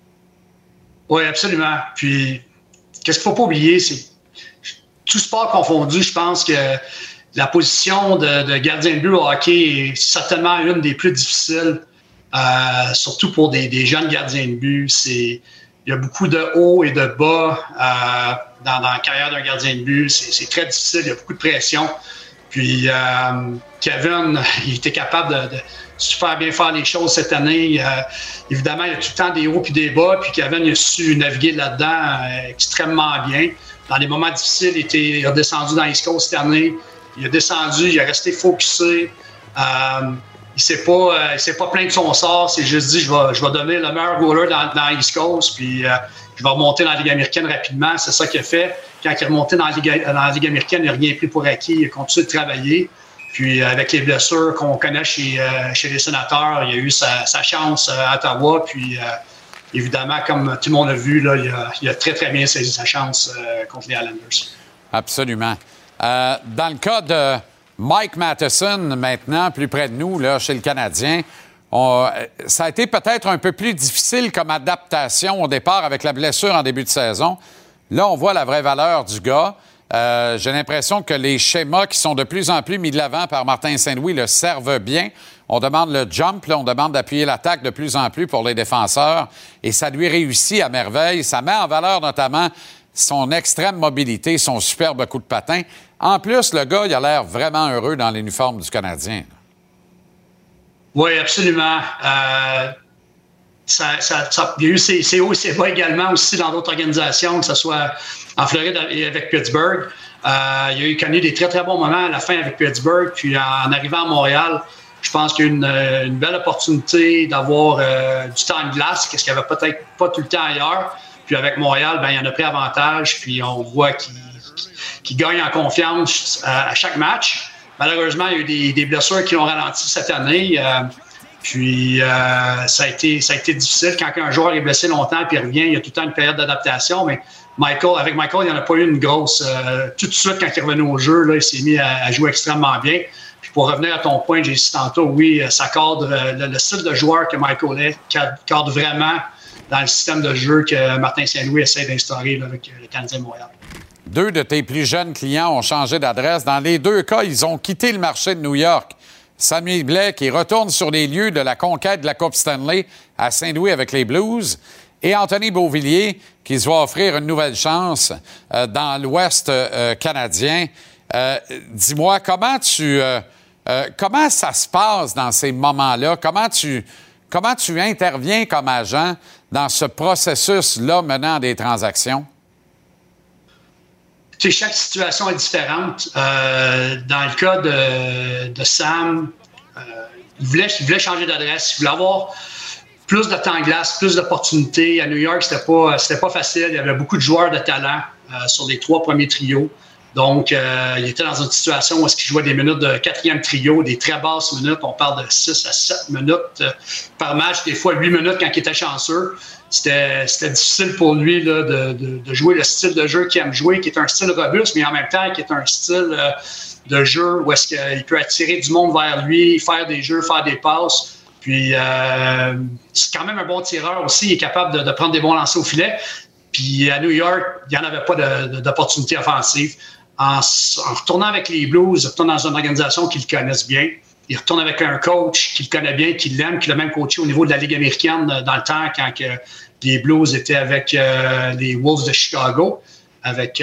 Oui, absolument. Puis, qu'est-ce qu'il ne faut pas oublier, c'est tout sport confondu, je pense que la position de gardien de but au hockey est certainement une des plus difficiles, surtout pour des jeunes gardiens de but. Il y a beaucoup de hauts et de bas dans la carrière d'un gardien de but. C'est très difficile, il y a beaucoup de pression. Puis Kevin, il était capable de super bien faire les choses cette année. Évidemment, il y a tout le temps des hauts puis des bas. Puis Kevin, il a su naviguer là-dedans extrêmement bien. Dans les moments difficiles, il a descendu dans l'East Coast cette année. Il a descendu, il a resté focusé. Il s'est pas plaint de son sort. C'est juste dit, je vais devenir le meilleur goaler dans l'East Coast, puis je vais remonter dans la Ligue américaine rapidement. C'est ça qu'il a fait. Quand il est remonté dans la Ligue américaine, il n'a rien pris pour acquis. Il a continué de travailler. Puis avec les blessures qu'on connaît chez les Sénateurs, il a eu sa chance à Ottawa. Puis évidemment, comme tout le monde a vu, là, il a très, très bien saisi sa chance contre les Islanders. Absolument. Dans le cas de Mike Matheson, maintenant, plus près de nous, là, chez le Canadien, ça a été peut-être un peu plus difficile comme adaptation au départ avec la blessure en début de saison. Là, on voit la vraie valeur du gars. J'ai l'impression que les schémas qui sont de plus en plus mis de l'avant par Martin Saint-Louis le servent bien. On demande le jump, là, on demande d'appuyer l'attaque de plus en plus pour les défenseurs. Et ça lui réussit à merveille. Ça met en valeur notamment son extrême mobilité, son superbe coup de patin. En plus, le gars, il a l'air vraiment heureux dans l'uniforme du Canadien. Oui, absolument. Il y a eu ses hauts et ses bas également aussi dans d'autres organisations, que ce soit en Floride et avec Pittsburgh. Il a connu des très, très bons moments à la fin avec Pittsburgh. Puis en arrivant à Montréal, je pense qu'il y a une belle opportunité d'avoir du temps de glace, ce qu'il n'y avait peut-être pas tout le temps ailleurs. Puis avec Montréal, il en a pris avantage. Puis on voit qu'il gagne en confiance à chaque match. malheureusement, il y a eu des blessures qui l'ont ralenti cette année. Puis, ça a été difficile. Quand un joueur est blessé longtemps puis il revient, il y a tout le temps une période d'adaptation. Mais avec Michael, il n'y en a pas eu une grosse. Tout de suite, quand il est revenu au jeu, là, il s'est mis à jouer extrêmement bien. Puis, pour revenir à ton point, j'ai dit tantôt, oui, ça cadre le style de joueur que Michael est, cadre vraiment dans le système de jeu que Martin Saint-Louis essaie d'instaurer là, avec le Canadien de Montréal. 2 de tes plus jeunes clients ont changé d'adresse. Dans les 2 cas, ils ont quitté le marché de New York. Sammy Blais qui retourne sur les lieux de la conquête de la Coupe Stanley à Saint-Louis avec les Blues et Anthony Beauvillier qui se va offrir une nouvelle chance dans l'Ouest canadien. Dis-moi, comment ça se passe dans ces moments-là? Comment tu interviens comme agent dans ce processus-là menant à des transactions? Tu sais, chaque situation est différente. Dans le cas de Sam, il voulait changer d'adresse. Il voulait avoir plus de temps de glace, plus d'opportunités. À New York, c'était pas facile. Il y avait beaucoup de joueurs de talent sur les 3 premiers trios. Donc, il était dans une situation où il jouait des minutes de 4e trio, des très basses minutes. On parle de 6 à 7 minutes par match, des fois 8 minutes quand il était chanceux. C'était difficile pour lui là, de jouer le style de jeu qu'il aime jouer, qui est un style robuste, mais en même temps qui est un style de jeu où est-ce qu'il peut attirer du monde vers lui, faire des jeux, faire des passes. Puis, c'est quand même un bon tireur aussi. Il est capable de prendre des bons lancers au filet. Puis, à New York, il n'y en avait pas d'opportunité offensive. En retournant avec les Blues, il retourne dans une organisation qu'ils connaissent bien. Il retourne avec un coach qu'il connaît bien, qu'il l'aime, qu'il a même coaché au niveau de la Ligue américaine dans le temps quand les Blues étaient avec les Wolves de Chicago, avec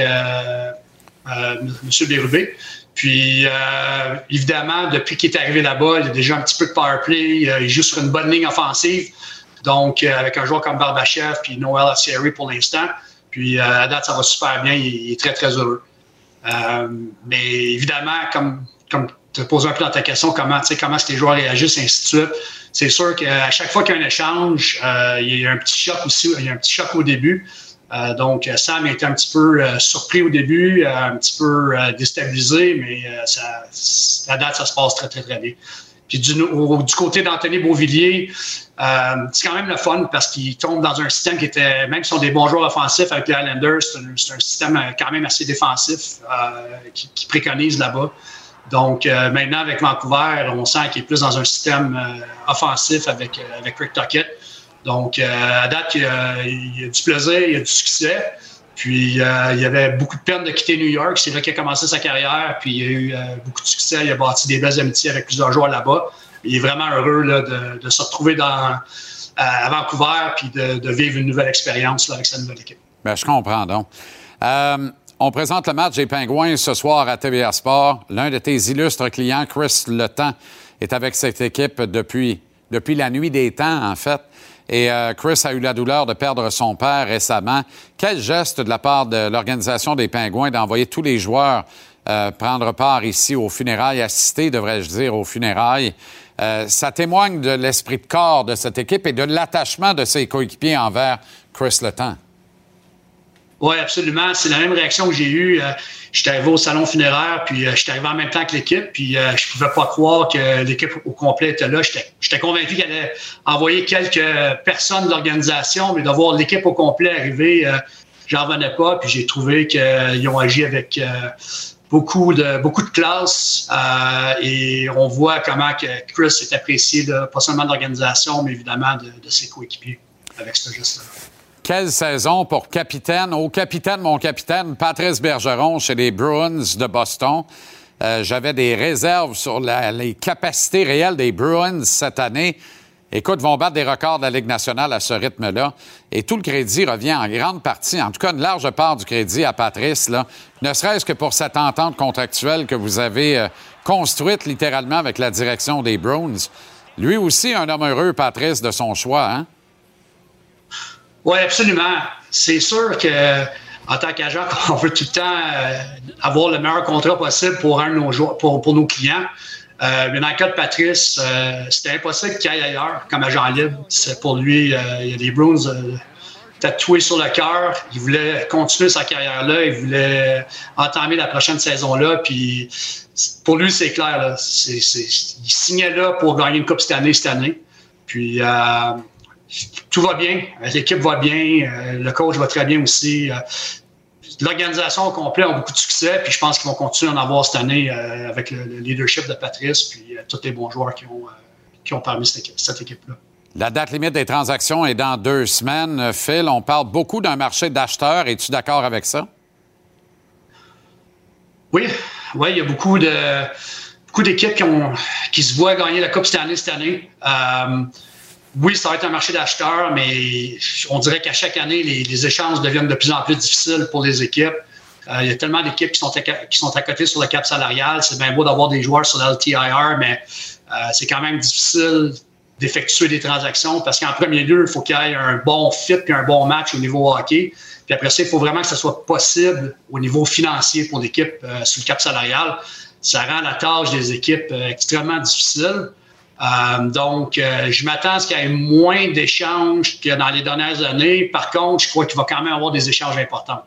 M. Bérubé. Puis, évidemment, depuis qu'il est arrivé là-bas, il a déjà un petit peu de power play. Il joue sur une bonne ligne offensive. Donc, avec un joueur comme Barbachev puis Noel Acciari pour l'instant. Puis, à date, ça va super bien. Il est très, très heureux. Mais évidemment, comme tu as posé un peu dans ta question, comment est-ce que les joueurs réagissent, et ainsi de suite. C'est sûr qu'à chaque fois qu'il y a un échange, il y a un petit choc aussi. Il y a un petit choc au début. Donc, Sam était un petit peu surpris au début, un petit peu déstabilisé, mais à date, ça se passe très, très, très bien. Puis du côté d'Anthony Beauvillier, c'est quand même le fun parce qu'il tombe dans un système qui était, même si sont des bons joueurs offensifs avec les Islanders, c'est un système quand même assez défensif qui préconise là-bas. Donc, maintenant, avec Vancouver, on sent qu'il est plus dans un système offensif avec Rick Tocchet. Donc, à date, il y a du plaisir, il y a du succès. Puis, il y avait beaucoup de peine de quitter New York. C'est là qu'il a commencé sa carrière. Puis, il y a eu beaucoup de succès. Il a bâti des belles amitiés avec plusieurs joueurs là-bas. Il est vraiment heureux là, de se retrouver à Vancouver puis de vivre une nouvelle expérience là, avec sa nouvelle équipe. Bien, je comprends donc. On présente le match des Pingouins ce soir à TVA Sport. L'un de tes illustres clients, Chris Letang, est avec cette équipe depuis la nuit des temps, en fait. Et Chris a eu la douleur de perdre son père récemment. Quel geste de la part de l'organisation des Pingouins d'envoyer tous les joueurs prendre part ici aux funérailles, assister, devrais-je dire, aux funérailles. Ça témoigne de l'esprit de corps de cette équipe et de l'attachement de ses coéquipiers envers Chris Letang. Oui, absolument. C'est la même réaction que j'ai eue. J'étais arrivé au salon funéraire, puis j'étais arrivé en même temps que l'équipe, puis je pouvais pas croire que l'équipe au complet était là. J'étais convaincu qu'elle allait envoyer quelques personnes de l'organisation, mais de voir l'équipe au complet arriver, j'en revenais pas. Puis j'ai trouvé qu'ils ont agi avec beaucoup de classe, et on voit comment que Chris est apprécié, pas seulement de l'organisation, mais évidemment de ses coéquipiers avec ce geste-là. Quelle saison pour capitaine, mon capitaine, Patrice Bergeron chez les Bruins de Boston. J'avais des réserves sur les capacités réelles des Bruins cette année. Écoute, vont battre des records de la Ligue nationale à ce rythme-là. Et tout le crédit revient en grande partie, en tout cas une large part du crédit à Patrice, là, ne serait-ce que pour cette entente contractuelle que vous avez construite littéralement avec la direction des Bruins. Lui aussi, un homme heureux, Patrice, de son choix, hein? Oui, absolument. C'est sûr qu'en tant qu'agent, on veut tout le temps avoir le meilleur contrat possible pour un de nos joueurs, pour nos clients. Mais dans le cas de Patrice, c'était impossible qu'il aille ailleurs comme agent libre. C'est pour lui, il y a des Bruins tatoué sur le cœur. Il voulait continuer sa carrière-là. Il voulait entamer la prochaine saison-là. Puis pour lui, c'est clair. Là. Il signait là pour gagner une coupe cette année. Puis tout va bien. L'équipe va bien. Le coach va très bien aussi. L'organisation au complet a beaucoup de succès. Puis je pense qu'ils vont continuer à en avoir cette année avec le leadership de Patrice. Puis tous les bons joueurs qui ont parmi cette équipe-là. La date limite des transactions est dans 2 semaines. Phil, on parle beaucoup d'un marché d'acheteurs. Es-tu d'accord avec ça? Oui, il y a beaucoup d'équipes qui se voient gagner la Coupe cette année. Oui, ça va être un marché d'acheteurs, mais on dirait qu'à chaque année, les échanges deviennent de plus en plus difficiles pour les équipes. Il y a tellement d'équipes qui sont à côté sur le cap salarial. C'est bien beau d'avoir des joueurs sur l'LTIR, mais c'est quand même difficile d'effectuer des transactions parce qu'en premier lieu, il faut qu'il y ait un bon fit et un bon match au niveau hockey. Puis après ça, il faut vraiment que ça soit possible au niveau financier pour l'équipe sur le cap salarial. Ça rend la tâche des équipes extrêmement difficile. Donc, je m'attends à ce qu'il y ait moins d'échanges que dans les dernières années. Par contre, je crois qu'il va quand même avoir des échanges importants.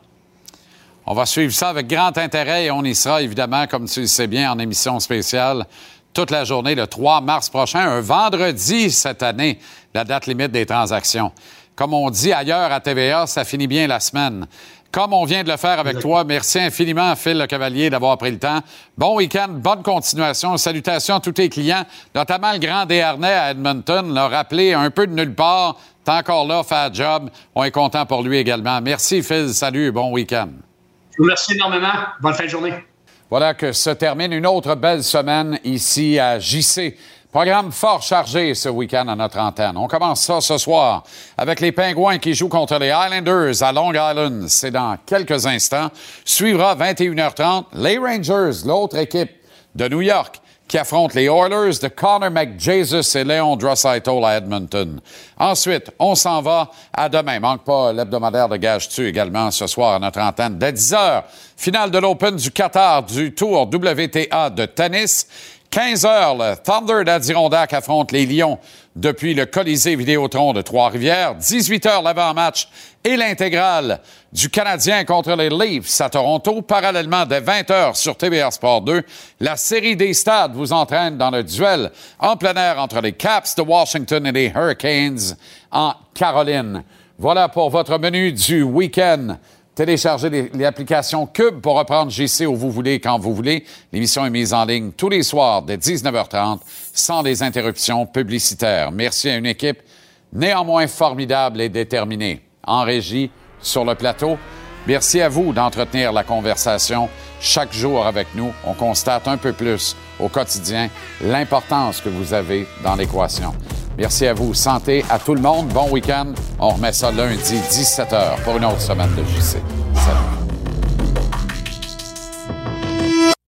On va suivre ça avec grand intérêt et on y sera évidemment, comme tu le sais bien, en émission spéciale toute la journée, le 3 mars prochain, un vendredi cette année, la date limite des transactions. Comme on dit ailleurs à TVA, ça finit bien la semaine. Comme on vient de le faire avec toi, merci infiniment, Phil Lecavalier, d'avoir pris le temps. Bon week-end, bonne continuation. Salutations à tous tes clients, notamment le grand Desharnais à Edmonton, l'a rappelé un peu de nulle part. T'es encore là, fait un job. On est content pour lui également. Merci, Phil. Salut, bon week-end. Je vous remercie énormément. Bonne fin de journée. Voilà que se termine une autre belle semaine ici à JC. Programme fort chargé ce week-end à notre antenne. On commence ça ce soir avec les Pingouins qui jouent contre les Islanders à Long Island. C'est dans quelques instants. Suivra 21h30 les Rangers, l'autre équipe de New York, qui affrontent les Oilers de Connor McJesus et Léon Draisaitl à Edmonton. Ensuite, on s'en va à demain. Manque pas l'hebdomadaire de Gage-Tu également ce soir à notre antenne. Dès 10h, finale de l'Open du Qatar du Tour WTA de tennis. 15h, le Thunder d'Adirondack affronte les Lions depuis le Colisée Vidéotron de Trois-Rivières. 18h, l'avant-match et l'intégrale du Canadien contre les Leafs à Toronto. Parallèlement, dès 20h sur TVA Sport 2, la série des stades vous entraîne dans le duel en plein air entre les Caps de Washington et les Hurricanes en Caroline. Voilà pour votre menu du week-end. Téléchargez l'application Cube pour reprendre JC où vous voulez, quand vous voulez. L'émission est mise en ligne tous les soirs dès 19h30 sans les interruptions publicitaires. Merci à une équipe néanmoins formidable et déterminée. En régie, sur le plateau, merci à vous d'entretenir la conversation chaque jour avec nous. On constate un peu plus au quotidien l'importance que vous avez dans l'équation. Merci à vous. Santé à tout le monde. Bon week-end. On remet ça lundi, 17h, pour une autre semaine de JC. Salut.